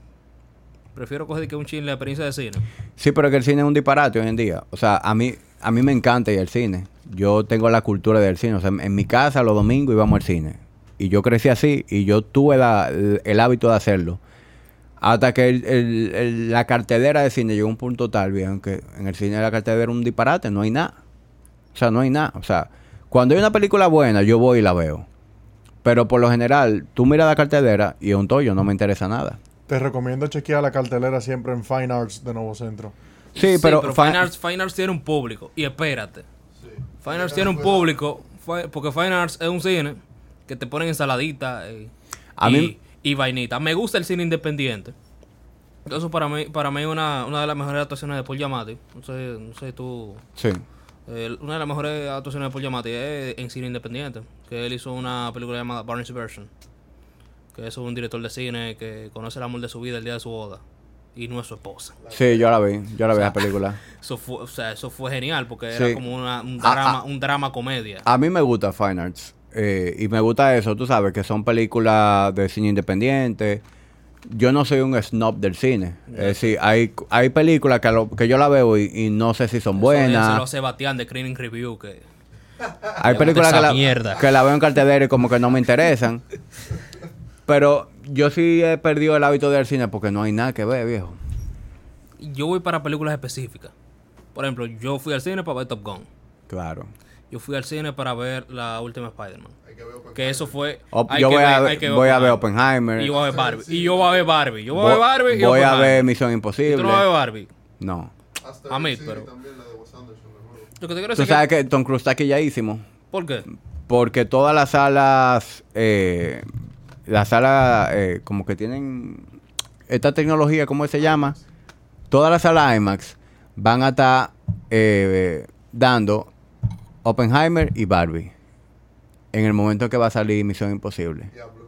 Prefiero coger que un chin la experiencia de cine. Sí, pero que el cine es un disparate hoy en día. O sea, a mí a mí me encanta ir al cine. Yo tengo la cultura del cine. O sea, en, en mi casa los domingos íbamos al cine. Y yo crecí así y yo tuve la, el, el hábito de hacerlo. Hasta que el, el, el, la cartelera de cine llegó a un punto tal, bien, que en el cine la cartelera era un disparate, no hay nada. O sea, no hay nada. O sea, cuando hay una película buena, yo voy y la veo. Pero por lo general, tú miras la cartelera y es un tollo, no me interesa nada. Te recomiendo chequear la cartelera siempre en Fine Arts de Nuevo Centro. Sí, sí pero... pero Fine, Arts, Fine Arts tiene un público. Y espérate. Sí. Fine Arts tiene un público, porque Fine Arts es un cine que te ponen ensaladita eh, a y... mí... y vainita. Me gusta el cine independiente. Eso para mí para mí es una, una de las mejores actuaciones de Paul Giamatti. No sé, no sé tú... Sí. Eh, una de las mejores actuaciones de Paul Giamatti es en cine independiente. Que él hizo una película llamada Barney's Version. Que es un director de cine que conoce el amor de su vida el día de su boda. Y no es su esposa. Sí, yo la vi. Yo la vi, o sea, la película. Eso fue, o sea, eso fue genial porque sí. era como una, un drama, a, a, un drama comedia. A mí me gusta Fine Arts. Eh, y me gusta eso, tú sabes, que son películas de cine independiente. Yo no soy un snob del cine. Yeah. Es decir, hay, hay películas que, lo, que yo la veo y, y no sé si son eso buenas. Es lo Sebastián de Screening Review. Que hay películas que la, que la veo en cartelera y como que no me interesan. Pero yo sí he perdido el hábito del cine porque no hay nada que ver, viejo. Yo voy para películas específicas. Por ejemplo, yo fui al cine para ver Top Gun. Claro. Yo fui al cine para ver la última Spider-Man. Que, que eso fue... O, yo voy, ver, a, ver, voy a ver Oppenheimer. Y yo voy a ver Barbie. Y yo voy a ver Barbie. Yo voy a ver Barbie y voy a ver Misión Imposible. ¿Y tú no vas a ver Barbie? No. A mí, pero... Lo que te quiero decir... Tú sabes que, que Tom Cruise está quilladísimo. ¿Por qué? Porque todas las salas... Eh, las salas eh, como que tienen... Esta tecnología, ¿cómo se llama? Todas las salas IMAX van a estar eh, dando... Oppenheimer y Barbie. En el momento que va a salir Misión Imposible.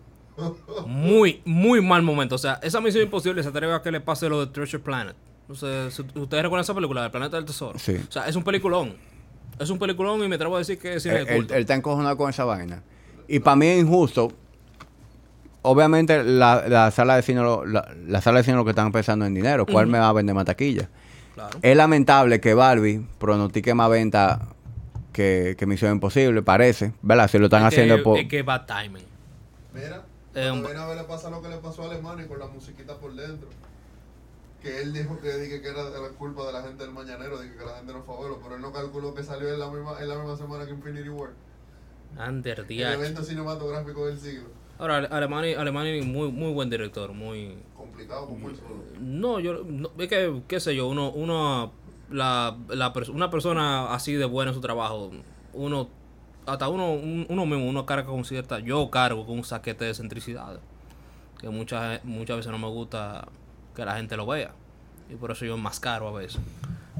Muy, muy mal momento. O sea, esa Misión Imposible se atreve a que le pase lo de Treasure Planet. No sé, ¿ustedes recuerdan esa película? El Planeta del Tesoro. Sí. O sea, es un peliculón. Es un peliculón y me atrevo a decir que es cine de culto. Él está encojonado con esa vaina. Y para mí es injusto. Obviamente la, la sala de cine lo, la, la sala de cine lo que están pensando en dinero. ¿Cuál uh-huh. me va a vender más taquilla? Claro. Es lamentable que Barbie pronostique más venta Que, que Misión Imposible, parece, ¿verdad? Si lo están es haciendo que, por... Es que bad timing. Mira, eh, cuando viene a ver le pasa lo que le pasó a Alemania con la musiquita por dentro. Que él dijo que, dije, que era de la culpa de la gente del Mañanero, dije que la gente no fue a verlo, pero él no calculó que salió en la misma, en la misma semana que Infinity War. Under the El evento cinematográfico del siglo. Ahora, Alemania, Alemania muy, muy buen director, muy... Complicado como él solo. No, yo... No, es que, qué sé yo, uno... uno La, la una persona así de buena en su trabajo, uno hasta uno un, uno mismo uno carga con cierta, yo cargo con un saquete de excentricidades que muchas muchas veces no me gusta que la gente lo vea y por eso yo enmascaro a veces,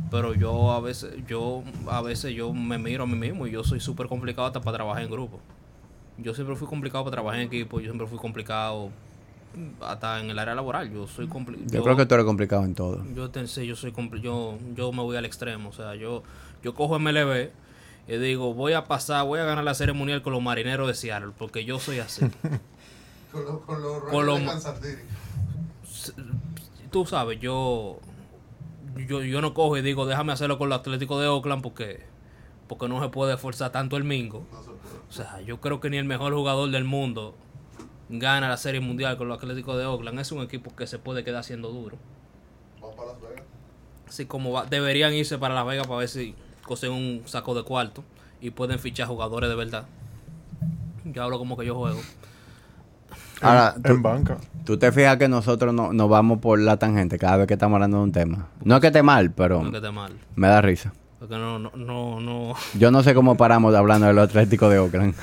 Pero yo a veces, yo a veces yo me miro a mí mismo y yo soy súper complicado hasta para trabajar en grupo. Yo siempre fui complicado para trabajar en equipo, yo siempre fui complicado hasta en el área laboral. Yo soy complicado. Yo, yo creo que tú eres complicado en todo. Yo te sé, yo soy compli yo, yo me voy al extremo. O sea, yo, yo cojo M L B y digo, voy a pasar, voy a ganar la Serie Mundial con los Marineros de Seattle, porque yo soy así. Con los con los Con Rayos lo- de Kansas City. Tú sabes, yo, yo yo no cojo y digo, déjame hacerlo con los Atléticos de Oakland porque porque no se puede esforzar tanto el mingo. No se puede. O sea, yo creo que ni el mejor jugador del mundo gana la Serie Mundial con los Atléticos de Oakland. Es un equipo que se puede quedar siendo duro. Vamos para Las Vegas. Así como va- deberían irse para Las Vegas para ver si consiguen un saco de cuarto y pueden fichar jugadores de verdad. Yo hablo como que yo juego. Ahora, En banca. tú te fijas que nosotros no, nos vamos por la tangente cada vez que estamos hablando de un tema. No es que esté mal, pero No es que esté mal. me da risa. Porque no, no, no, no. Yo no sé cómo paramos hablando de los Atléticos de Oakland.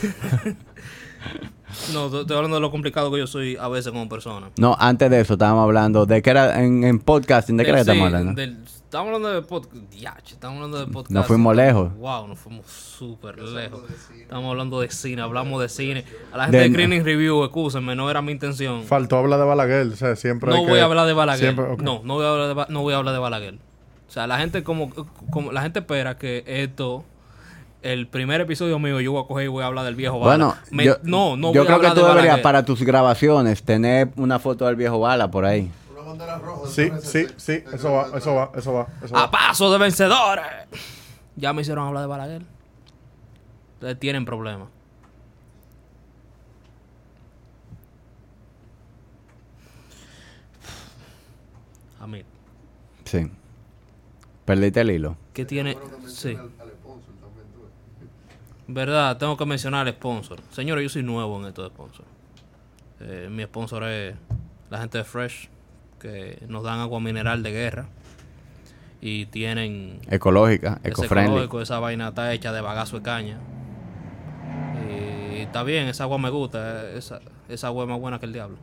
No, estoy estoy hablando de lo complicado que yo soy a veces como persona. No, antes de eso estábamos hablando de que era en, en podcasting, ¿de qué era que Del- estamos sí, hablando? del- estamos hablando de podcast. Diache, estamos hablando de podcast. Nos fuimos lejos. Wow, nos fuimos súper lejos. de cine. Estamos hablando de cine, hablamos de cine. A la gente De- de Screening Review, excúsenme, no era mi intención. Faltó hablar de Balaguer. O sea, siempre hay No que- voy a hablar de Balaguer. siempre- ok. No, no voy a hablar de, Ba- no voy a hablar de Balaguer. O sea, la gente como, como la gente espera que esto, el primer episodio mío, yo voy a coger y voy a hablar del viejo Bala. Bueno, Me- yo, no, no yo voy a creo que hablar tú de deberías Balaguer. para tus grabaciones tener una foto del viejo Bala por ahí. Una bandera roja. Sí, entonces, sí, ese- sí. ese Eso va, que eso va, eso va. Eso va. ¡A paso de vencedores! Ya me hicieron hablar de Balaguer. Ustedes tienen problemas. A mí. Sí. Perdiste el hilo. ¿Qué tiene? Bueno, que Sí. menciona al, al sponsor también, tú. Verdad, tengo que mencionar al sponsor. Señores, yo soy nuevo en esto de sponsor. Eh, mi sponsor es la gente de Fresh, que nos dan agua mineral de guerra. Y tienen Ecológica, ese eco-friendly. ecológico, esa vaina está hecha de bagazo de caña. Y está bien, esa agua me gusta, eh, esa, esa agua es más buena que el diablo.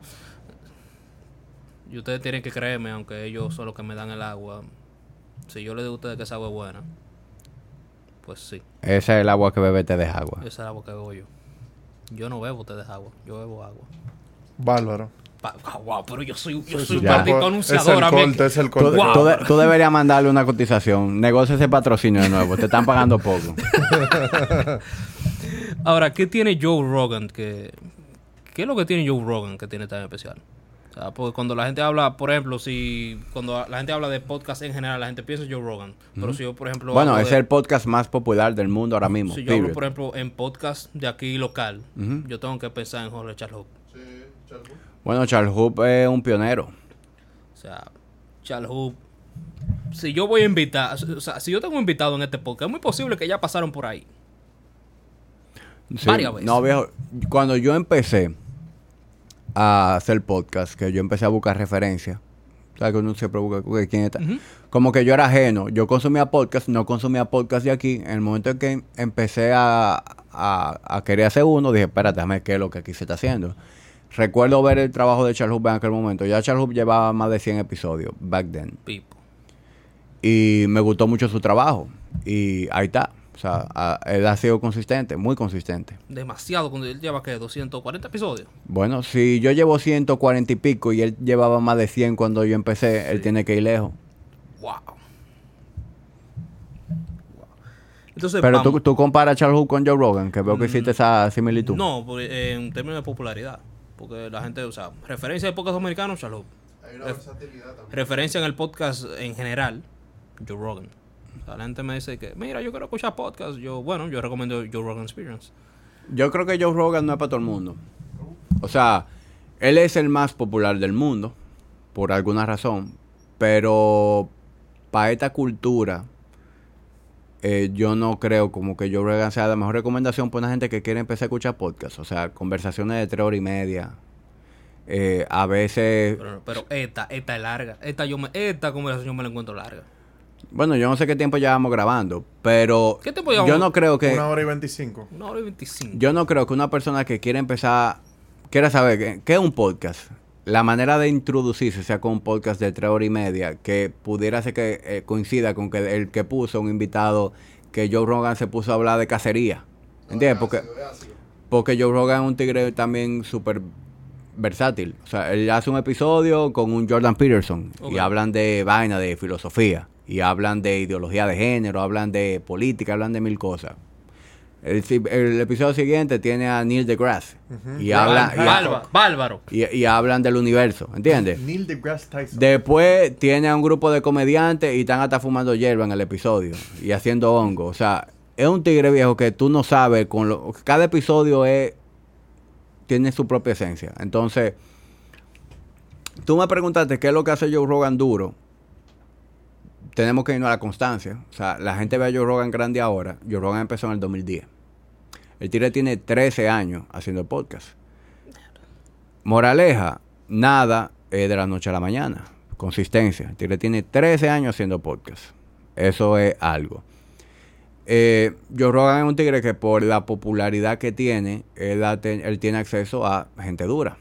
Y ustedes tienen que creerme, aunque ellos son los que me dan el agua. Si yo les digo a ustedes que esa agua es buena, pues sí, Ese es el agua que bebe te deja agua. esa es el agua que bebo yo. Yo no bebo ustedes agua, yo bebo agua. Bárbaro. Pa- ah, wow, pero yo soy, yo Sí, soy sí, un ya. maldito Es el anunciador. a mí corte, es el Tú, corte. Wow. tú de- tú deberías mandarle una cotización. Negocia ese patrocinio de nuevo. Te están pagando poco. Ahora, ¿qué tiene Joe Rogan? Que, ¿Qué es lo que tiene Joe Rogan que tiene tan especial? O sea, porque cuando la gente habla, por ejemplo, si cuando la gente habla de podcast en general, la gente piensa en Joe Rogan. Pero si yo, por ejemplo, Bueno, hablo es de- el podcast más popular del mundo ahora mismo. si yo hablo, period. por ejemplo, en podcast de aquí local, Ujú. yo tengo que pensar en Jorge Charles Hoop. Sí, Charles. Bueno, Charles Hoop es un pionero. O sea, Charles Hoop. Si yo voy a invitar, o sea, si yo tengo un invitado en este podcast, es muy posible que ya pasaron por ahí. Sí. Varias veces. No, viejo. Cuando yo empecé a hacer podcast, que yo empecé a buscar referencias, ¿sabes? Que uno siempre busca busca quién está. Ujú. Como que yo era ajeno. Yo consumía podcast, no consumía podcast de aquí. En el momento en que empecé a, a, a querer hacer uno, dije, espérate, déjame ver qué es lo que aquí se está haciendo. Recuerdo ver el trabajo de Charles Hoop en aquel momento. Ya Charles Hoop llevaba más de cien episodios, back then. Pipo. Y me gustó mucho su trabajo. Y ahí está. O sea, a- él ha sido consistente, muy consistente. Demasiado, cuando él lleva, ¿qué? doscientos cuarenta episodios. Bueno, si yo llevo ciento cuarenta y pico y él llevaba más de cien cuando yo empecé, él tiene que ir lejos. Wow. Entonces, Pero vamos. tú, tú comparas a Charles Hoop con Joe Rogan, que veo que hiciste esa similitud. No, porque, eh, en términos de popularidad. Porque la gente, o sea, referencia de podcast dominicano, Charles Hoop. Hay una Ref- versatilidad también. Referencia en el podcast en general, Joe Rogan. O sea, la gente me dice que, mira, yo quiero escuchar podcast. Yo, bueno, yo recomiendo Joe Rogan Experience. Yo creo que Joe Rogan no es para todo el mundo. O sea, él es el más popular del mundo, por alguna razón. Pero para esta cultura, eh, yo no creo como que Joe Rogan sea la mejor recomendación para una gente que quiere empezar a escuchar podcast. O sea, conversaciones de tres horas y media. Eh, a veces... Pero, pero esta, esta es larga. Esta, yo me, esta conversación yo me la encuentro larga. Bueno, yo no sé qué tiempo llevamos grabando, pero ¿Qué tiempo llevamos? yo no creo que... Una hora y veinticinco. Una hora y veinticinco. Yo no creo que una persona que quiere empezar, quiera saber qué, qué es un podcast la manera de introducirse sea con un podcast de tres horas y media, que pudiera ser que eh, coincida con que el que puso un invitado, que Joe Rogan se puso a hablar de cacería. ¿Entiendes? Porque, porque Joe Rogan es un tigre también súper versátil. O sea, él hace un episodio con un Jordan Peterson okay. y hablan de vaina, de filosofía, y hablan de ideología de género, hablan de política, hablan de mil cosas. El, el episodio siguiente tiene a Neil deGrasse uh-huh. y habla Bárbaro, bárbaro. Y, y hablan del universo, ¿entiendes? Neil deGrasse Tyson. Después tiene a un grupo de comediantes y están hasta fumando hierba en el episodio y haciendo hongo. O sea, es un tigre viejo que tú no sabes con lo, cada episodio es tiene su propia esencia. Entonces, tú me preguntaste qué es lo que hace Joe Rogan duro. Tenemos que irnos a la constancia. O sea, la gente ve a Joe Rogan grande ahora. Joe Rogan empezó en el dos mil diez. El tigre tiene trece años haciendo podcast. Moraleja, nada es de la noche a la mañana. Consistencia. El tigre tiene trece años haciendo podcast. Eso es algo. Eh, Joe Rogan es un tigre que por la popularidad que tiene, él, él tiene acceso a gente dura.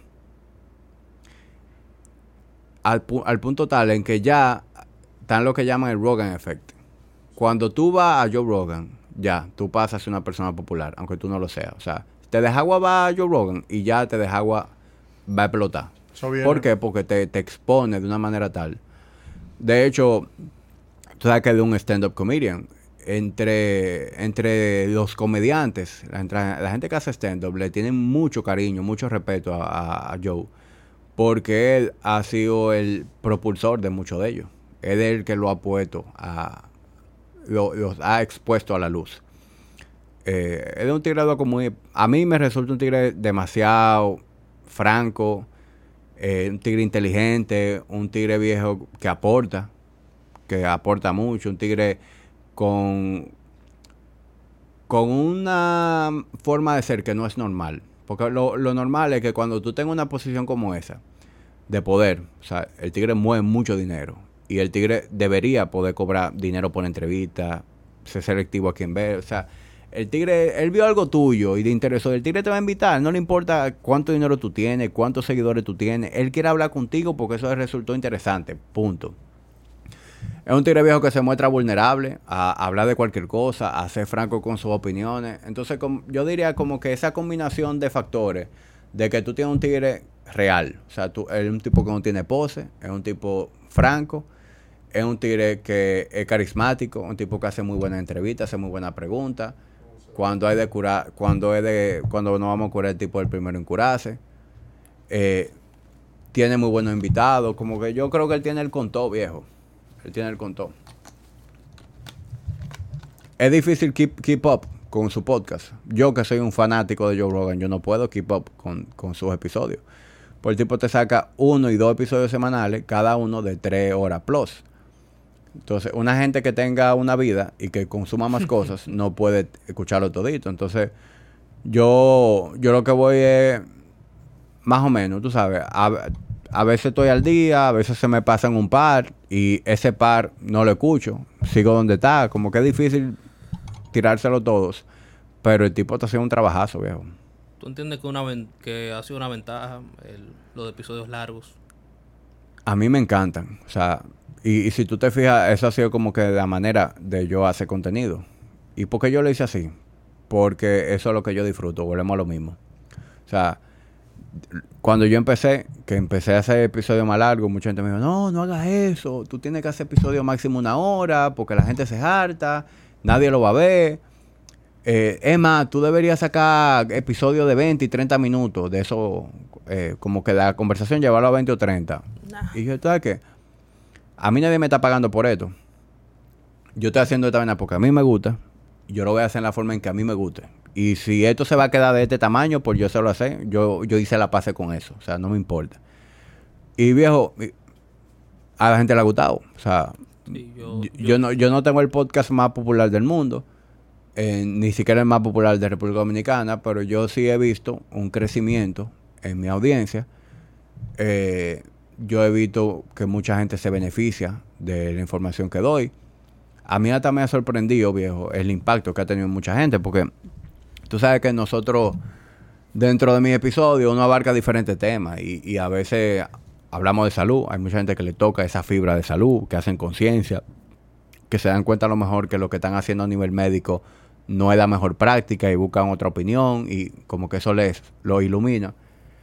Al, al punto tal en que ya están lo que llaman el Rogan Effect. Cuando tú vas a Joe Rogan, ya, tú pasas a ser una persona popular, aunque tú no lo seas. O sea, te deja agua va a Joe Rogan y ya te deja agua va a explotar. ¿Por qué? Porque te, te expone de una manera tal. De hecho, tú sabes que es de un stand-up comedian. Entre, entre los comediantes, la, la gente que hace stand-up le tienen mucho cariño, mucho respeto a, a, a Joe, porque él ha sido el propulsor de muchos de ellos. Él es el que lo ha puesto a lo, los ha expuesto a la luz. Eh, él es un tigre loco muy, a mí me resulta un tigre demasiado franco, eh, un tigre inteligente, un tigre viejo que aporta, que aporta mucho, un tigre con con una forma de ser que no es normal. Porque lo, lo normal es que cuando tú tengas una posición como esa, de poder, o sea, el tigre mueve mucho dinero. Y el tigre debería poder cobrar dinero por entrevista, ser selectivo a quien ve. O sea, el tigre, él vio algo tuyo y le interesó. El tigre te va a invitar. No le importa cuánto dinero tú tienes, cuántos seguidores tú tienes. Él quiere hablar contigo porque eso le resultó interesante. Punto. Es un tigre viejo que se muestra vulnerable a, a hablar de cualquier cosa, a ser franco con sus opiniones. Entonces, com, yo diría como que esa combinación de factores, de que tú tienes un tigre real. O sea, tú, es un tipo que no tiene pose, es un tipo franco, es un tigre que es carismático, un tipo que hace muy buenas entrevistas, hace muy buenas preguntas. Cuando hay de curar, cuando es de, cuando no vamos a curar, el tipo es el primero en curarse. Eh, tiene muy buenos invitados, como que yo creo que él tiene el contó, viejo. Él tiene el contó. Es difícil keep, keep up con su podcast. Yo que soy un fanático de Joe Rogan, yo no puedo keep up con, con sus episodios. Porque el tipo te saca uno y dos episodios semanales, cada uno de tres horas plus. Entonces, una gente que tenga una vida y que consuma más cosas, no puede escucharlo todito. Entonces, yo, yo lo que voy es más o menos, tú sabes, a, a veces estoy al día, a veces se me pasan un par y ese par no lo escucho, sigo donde está, como que es difícil tirárselo todos, pero el tipo está haciendo un trabajazo, viejo. ¿Tú entiendes que, una, que ha sido una ventaja el, los episodios largos? A mí me encantan, o sea, y, y si tú te fijas, eso ha sido como que la manera de yo hacer contenido. ¿Y por qué yo lo hice así? Porque eso es lo que yo disfruto, volvemos a lo mismo. O sea, cuando yo empecé, que empecé a hacer episodios más largos, mucha gente me dijo, no, no hagas eso, tú tienes que hacer episodios máximo una hora, porque la gente se harta, nadie lo va a ver. Eh, es más, tú deberías sacar episodios de veinte y treinta minutos, de eso, eh, como que la conversación llevarlo a veinte o treinta. Nah. Y yo, ¿sabes qué? A mí nadie me está pagando por esto. Yo estoy haciendo esta vaina porque a mí me gusta, y yo lo voy a hacer en la forma en que a mí me guste. Y si esto se va a quedar de este tamaño, pues yo se lo hace. Yo, yo hice la pase con eso. O sea, no me importa. Y viejo, a la gente le ha gustado. O sea, sí, yo, yo, yo, no, yo no tengo el podcast más popular del mundo. Eh, ni siquiera el más popular de República Dominicana. Pero yo sí he visto un crecimiento en mi audiencia. Eh, yo he visto que mucha gente se beneficia de la información que doy. A mí hasta me ha sorprendido, viejo, el impacto que ha tenido mucha gente. Porque tú sabes que nosotros dentro de mi episodio uno abarca diferentes temas y, y a veces hablamos de salud. Hay mucha gente que le toca esa fibra de salud, que hacen conciencia, que se dan cuenta a lo mejor que lo que están haciendo a nivel médico no es la mejor práctica y buscan otra opinión y como que eso les lo ilumina.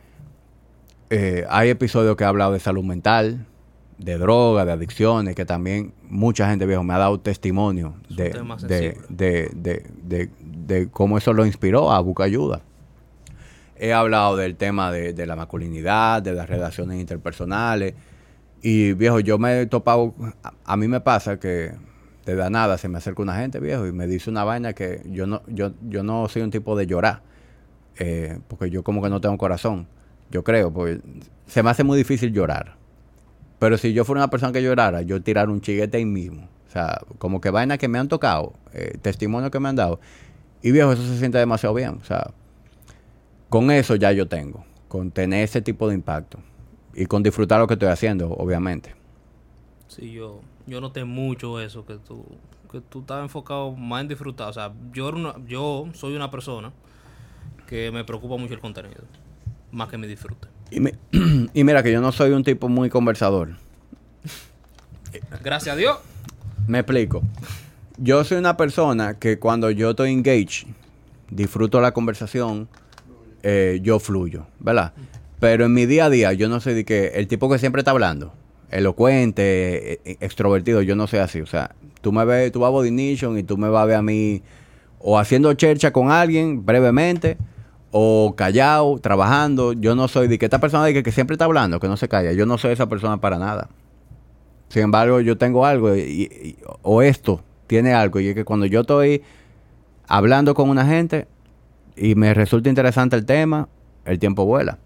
Eh, hay episodios que he hablado de salud mental, de droga, de adicciones, que también mucha gente, viejo, me ha dado testimonio de, de, de, de, de, de cómo eso lo inspiró a buscar ayuda. He hablado del tema de, de la masculinidad, de las relaciones interpersonales. Y, viejo, yo me he topado... A, a mí me pasa que de la nada se me acerca una gente, viejo, y me dice una vaina que yo no yo, yo no soy un tipo de llorar. Eh, porque yo como que no tengo corazón. Yo creo, porque se me hace muy difícil llorar. Pero si yo fuera una persona que llorara, yo tirara un chiguete ahí mismo. O sea, como que vainas que me han tocado, eh, testimonios que me han dado. Y, viejo, eso se siente demasiado bien. O sea... Con eso ya yo tengo, con tener ese tipo de impacto y con disfrutar lo que estoy haciendo, obviamente. Sí, yo, yo noté mucho eso, que tú, que tú estabas enfocado más en disfrutar. O sea, yo, era una, yo soy una persona que me preocupa mucho el contenido, más que me disfrute. Y, me, y mira que yo no soy un tipo muy conversador. Gracias a Dios. Me explico. Yo soy una persona que cuando yo estoy engaged, disfruto la conversación. Eh, yo fluyo, ¿verdad? Pero en mi día a día, yo no soy de que el tipo que siempre está hablando, elocuente, eh, extrovertido, yo no soy así. O sea, tú me ves, tú vas a Body Nation y tú me vas a ver a mí o haciendo chercha con alguien brevemente o callado, trabajando. Yo no soy de que esta persona de que, que siempre está hablando, que no se calla. Yo no soy esa persona para nada. Sin embargo, yo tengo algo y, y, o esto tiene algo y es que cuando yo estoy hablando con una gente y me resulta interesante el tema, el tiempo vuela.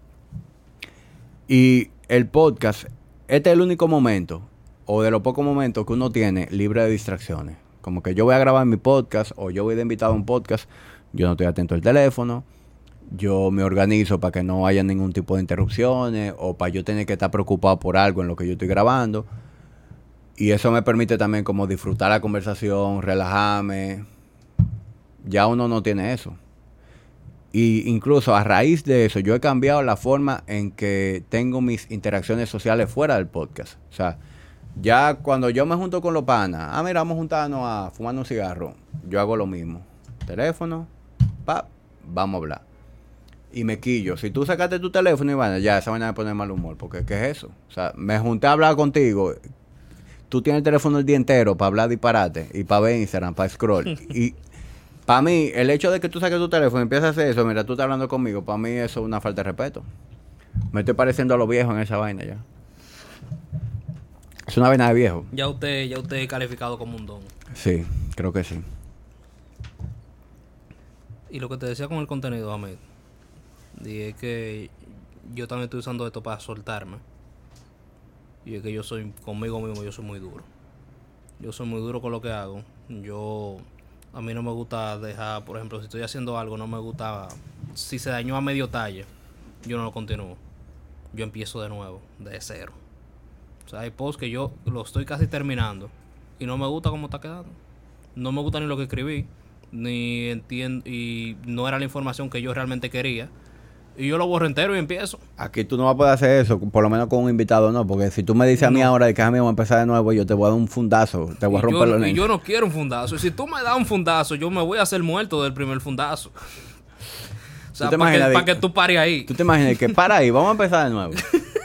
Y el podcast, este es el único momento, o de los pocos momentos que uno tiene libre de distracciones. Como que yo voy a grabar mi podcast, o yo voy de invitado a un podcast, yo no estoy atento al teléfono, yo me organizo para que no haya ningún tipo de interrupciones, o para yo tener que estar preocupado por algo en lo que yo estoy grabando. Y eso me permite también como disfrutar la conversación, relajarme. Ya uno no tiene eso. Y incluso a raíz de eso, yo he cambiado la forma en que tengo mis interacciones sociales fuera del podcast. O sea, ya cuando yo me junto con los panas, ah, mira, vamos a juntarnos a fumar un cigarro, yo hago lo mismo. Teléfono, pa, vamos a hablar. Y me quillo. Si tú sacaste tu teléfono y bueno, ya, esa vaina me pone mal humor, porque ¿qué es eso? O sea, me junté a hablar contigo, tú tienes el teléfono el día entero para hablar disparate y para ver Instagram, para scroll. Y para mí, el hecho de que tú saques tu teléfono y empieces a hacer eso, mira, tú estás hablando conmigo, para mí eso es una falta de respeto. Me estoy pareciendo a los viejos en esa vaina ya. Es una vaina de viejo. Ya usted, ya usted es calificado como un don. Sí, creo que sí. Y lo que te decía con el contenido, Ahmed, es que yo también estoy usando esto para soltarme. Y es que yo soy, conmigo mismo, yo soy muy duro. Yo soy muy duro con lo que hago. Yo... A mí no me gusta dejar, por ejemplo, si estoy haciendo algo, no me gusta... Si se dañó a medio talle, yo no lo continúo. Yo empiezo de nuevo, de cero. O sea, hay posts que yo lo estoy casi terminando y no me gusta cómo está quedando. No me gusta ni lo que escribí, ni entiendo... Y no era la información que yo realmente quería. Y yo lo borro entero y empiezo. Aquí tú no vas a poder hacer eso, por lo menos con un invitado, ¿no? Porque si tú me dices a mí no. ahora de que a mí vamos a empezar de nuevo, yo te voy a dar un fundazo, te voy a romper los lentes. Y lentes. yo no quiero un fundazo. Y si tú me das un fundazo, yo me voy a hacer muerto del primer fundazo. O sea, para que, pa que tú pares ahí. ¿Tú te imaginas que para ahí, vamos a empezar de nuevo?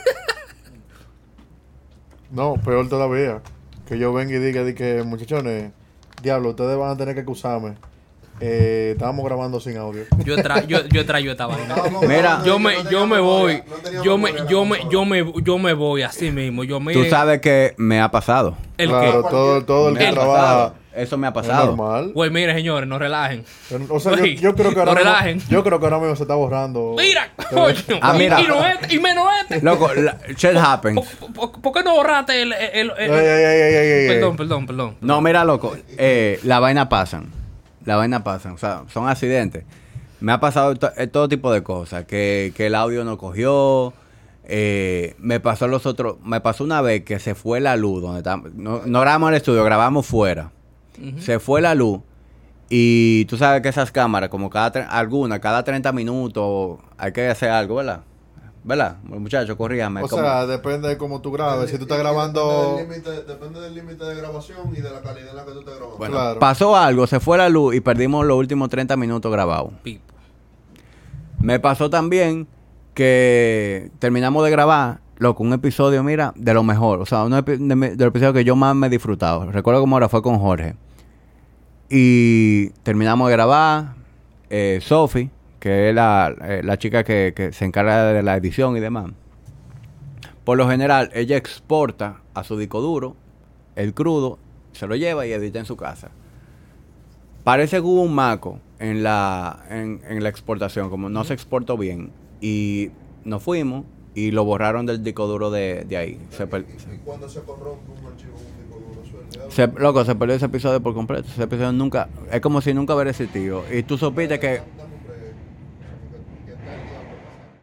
No, peor todavía. Que yo venga y diga, di que muchachones, diablo, ustedes van a tener que acusarme. Eh, estábamos grabando sin audio. Yo tra yo, yo traigo esta vaina. Mira, yo me, yo me voy. Yo me, yo me, yo me, yo me voy así mismo. Yo me. Tú sabes que me ha pasado. ¿El claro, qué? todo, todo el Me que ha trabaja. pasado. Eso me ha Es pasado. normal. Pues mire, señores, no relajen. O sea, yo, Güey, yo creo que ahora no mismo, relajen. yo creo que ahora mismo se está borrando. Mira, coño. Ah, y, mira. y, no este, y menos este. Loco, la, shit happens. ¿Por, por, por qué no borraste el, el, el- el- Ey, ey, ey, ey, ey, ey. Perdón, perdón, perdón. No, mira, loco, eh, la vaina pasan. La vaina pasan. O sea, son accidentes. Me ha pasado to eh, todo tipo de cosas. Que, que el audio no cogió. Eh, me pasó los otros. Me pasó una vez que se fue la luz. Donde está, no, no grabamos en el estudio, grabamos fuera. Uh-huh. Se fue la luz. Y tú sabes que esas cámaras, como cada tre- alguna, cada treinta minutos, hay que hacer algo, ¿verdad? ¿Verdad? Muchachos, corríame. O como- sea, depende de cómo tú grabes. Si tú estás Y- y grabando... Depende del límite- depende del límite de grabación y de la calidad en la que tú estés grabando. Bueno, Claro. pasó algo, se fue la luz y perdimos los últimos treinta minutos grabados. Pipo. Me pasó también que terminamos de grabar, loco, un episodio, mira, de lo mejor. O sea, uno de, de, de los episodios que yo más me he disfrutado. Recuerdo como ahora fue con Jorge. Y terminamos de grabar. Eh, Sophie, que es la, eh, la chica que, que se encarga de la edición y demás. Por lo general, ella exporta a su disco duro el crudo, se lo lleva y edita en su casa. Parece que hubo un maco en la, en, en la exportación, como no se exportó bien. Y nos fuimos y lo borraron del disco duro de, de ahí. Se per- Y, y cuando se corrompe un archivo, un disco duro, eso es el se, diablo. loco, se perdió ese episodio por completo. Ese episodio nunca... Es como si nunca hubiera existido. Y tú supiste que... Dame un break, que- que está el diablo pasando.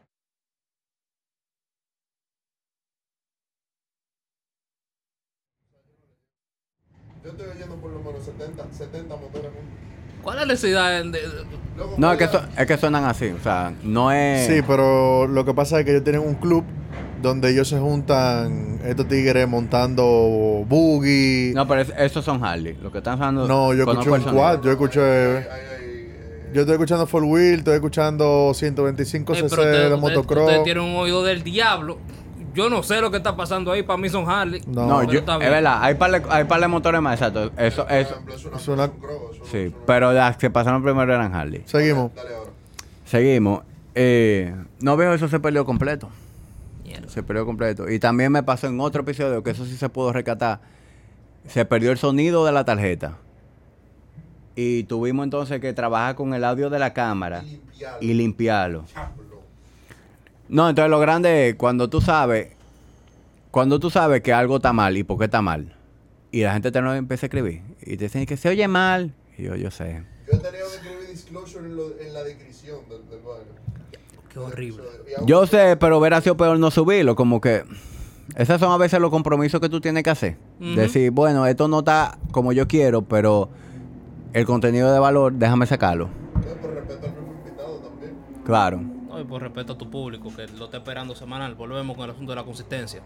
Yo estoy oyendo por lo menos setenta, setenta motores juntos. ¿Cuál es la necesidad de, de- Loco, No, es que, oiga, so- es que suenan así. O sea, no es... Sí, pero lo que pasa es que ellos tienen un club donde ellos se juntan, estos tigres montando boogie. No, pero es- esos son Harley. Lo que están usando... No, yo conozco escuché el un sonido. quad, yo escuché... hay- hay- hay, eh, Yo estoy escuchando four wheel, estoy escuchando ciento veinticinco Eh, cc pero usted- de usted- motocross. Usted tiene un oído del diablo. Yo no sé lo que está pasando ahí. Para mí son Harley. No, No, pero yo, está es bien. verdad, hay par de, hay par de motores más exactos. Eso, por eso, ejemplo, es una, es una- es un cross, eso- sí, eso no- pero las que pasaron primero eran Harley. Seguimos. Dale ahora. Seguimos. Eh, no veo, eso se perdió completo. Mierda. Se perdió completo. Y también me pasó en otro episodio, que eso sí se pudo rescatar. Se perdió el sonido de la tarjeta. Y tuvimos entonces que trabajar con el audio de la cámara Y limpiarlo. y limpiarlo. Diablo. No, entonces lo grande es cuando tú sabes, cuando tú sabes que algo está mal y por qué está mal. Y la gente te lo empieza a escribir. Y te dicen que se oye mal. Y yo, yo sé. Yo he tenido que escribir disclosure en, lo- en la descripción del, del baile. Qué horrible. Y aún- Yo sé, pero hubiera sido peor no subirlo. Como que esos son a veces los compromisos que tú tienes que hacer. Ujú. Decir, bueno, esto no está como yo quiero, pero el contenido de valor, déjame sacarlo. Eh, Por respeto al mismo invitado también. Claro. No, y por respeto a tu público que lo está esperando semanal. Volvemos con el asunto de la consistencia.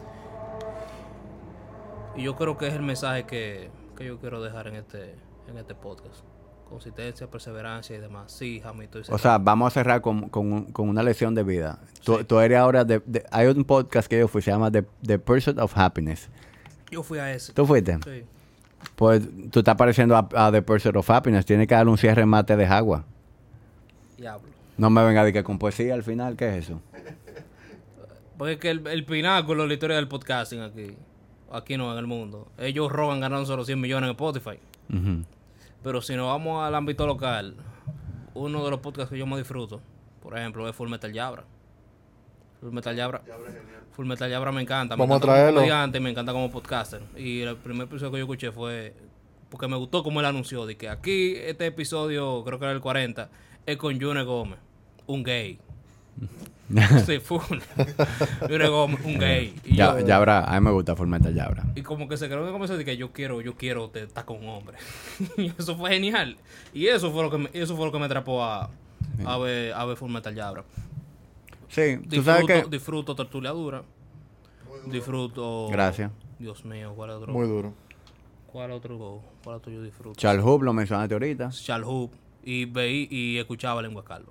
Y yo creo que es el mensaje que, que yo quiero dejar en este, en este podcast. Consistencia, perseverancia y demás. Sí, Jamito. O sea, vamos a cerrar con, con, un- con una lección de vida. Tú, tú eres ahora de, de- hay un podcast que yo fui, se llama The, The Pursuit of Happiness. yo fui a ese. ¿Tú fuiste? Sí. Pues tú estás pareciendo a, a The Pursuit of Happiness. Tienes que darle un cierre mate de agua. Diablo. No me venga a decir que con poesía al final, ¿qué es eso? Porque es que el, el pináculo de la historia del podcasting aquí. Aquí no, en el mundo. Ellos roban ganando solo cien millones en Spotify. Ujú. Pero si nos vamos al ámbito local, uno de los podcasts que yo más disfruto, por ejemplo, es Full Metal Yabra. Full Metal Yabra. Full Metal Yabra me encanta. Me Vamos a encanta como traerlo. comediante y me encanta como podcaster. Y el primer episodio que yo escuché fue porque me gustó como él anunció de que aquí este episodio, creo que era el cuarenta, es con June Gómez, un gay. Sí, full. June Gómez, un gay. Y Ya, yo- Yabra, a mí me gusta Fullmetal Yabra. y como que se creó en comenzó de que yo quiero, yo quiero te- estar con un hombre. Y eso fue genial. Y eso fue lo que me, eso fue lo que me atrapó a, a ver, a ver Full Metal Yabra. Sí, tú sabes Disfruto, que... disfruto Tertulia Dura. Disfruto. Gracias. Dios mío, ¿cuál otro? Muy duro. ¿Cuál otro? ¿Cuál otro yo disfruto? Charles Hub lo mencionaste ahorita. Charles Hoop. Y veí y escuchaba Lengua Calva.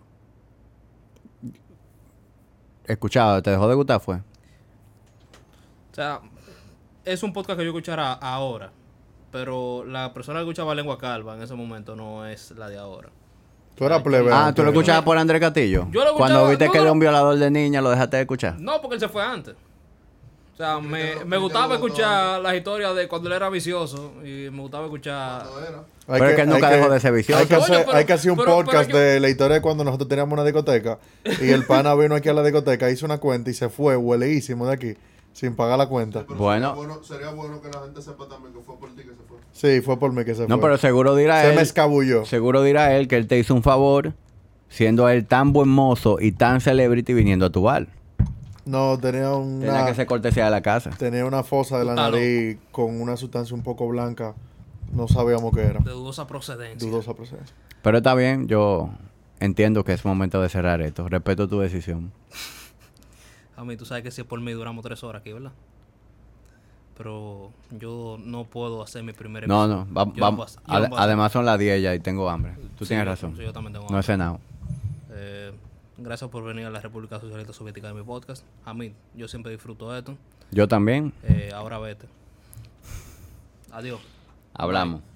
Escuchaba, ¿te dejó de gustar fue? O sea, es un podcast que yo escuchara ahora. Pero la persona que escuchaba Lengua Calva en ese momento no es la de ahora. Tú eras plebe. Ah, ¿tú lo antes. escuchabas por Andrés Castillo? Yo lo escuchaba- Cuando viste no, que no. era un violador de niña, ¿lo dejaste de escuchar? No, porque él se fue antes. O sea, me, lo- me y gustaba te lo escuchar las historias de cuando él era vicioso. Y me gustaba escuchar... No era. Hay Pero es que él nunca hay dejó de ser vicioso. Hay que, Coño, hacer, pero- hay que hacer un pero- pero podcast yo- de la historia de cuando nosotros teníamos una discoteca y el pana vino aquí a la discoteca, hizo una cuenta y se fue hueleísimo de aquí sin pagar la cuenta. Pero Bueno. Sería bueno, sería bueno que la gente sepa también que fue por ti que se fue. Sí, fue por mí que se No, fue. pero seguro dirá se él... me escabulló. Seguro dirá él que él te hizo un favor, siendo él tan buen mozo y tan celebrity viniendo a tu bar. No, tenía Tenía una, que ser cortesía de la casa. tenía una fosa de la Está nariz con una sustancia un poco blanca no sabíamos qué era. De dudosa procedencia. Dudosa procedencia. Pero está bien, yo entiendo que es momento de cerrar esto. Respeto tu decisión. A mí, tú sabes que si es por mí duramos tres horas aquí, ¿verdad? Pero yo no puedo hacer mi primer No, episodio. no, va- Yo vamos. voy a hacer- yo Ad- voy a hacer- además son las diez ya y tengo hambre. Tú Sí, tienes yo- razón. sí, yo también tengo No he hambre. cenado. Eh, gracias por venir a la República Socialista Soviética de mi podcast. A mí, yo siempre disfruto de esto. Yo también. Eh, ahora vete. Adiós. Hablamos.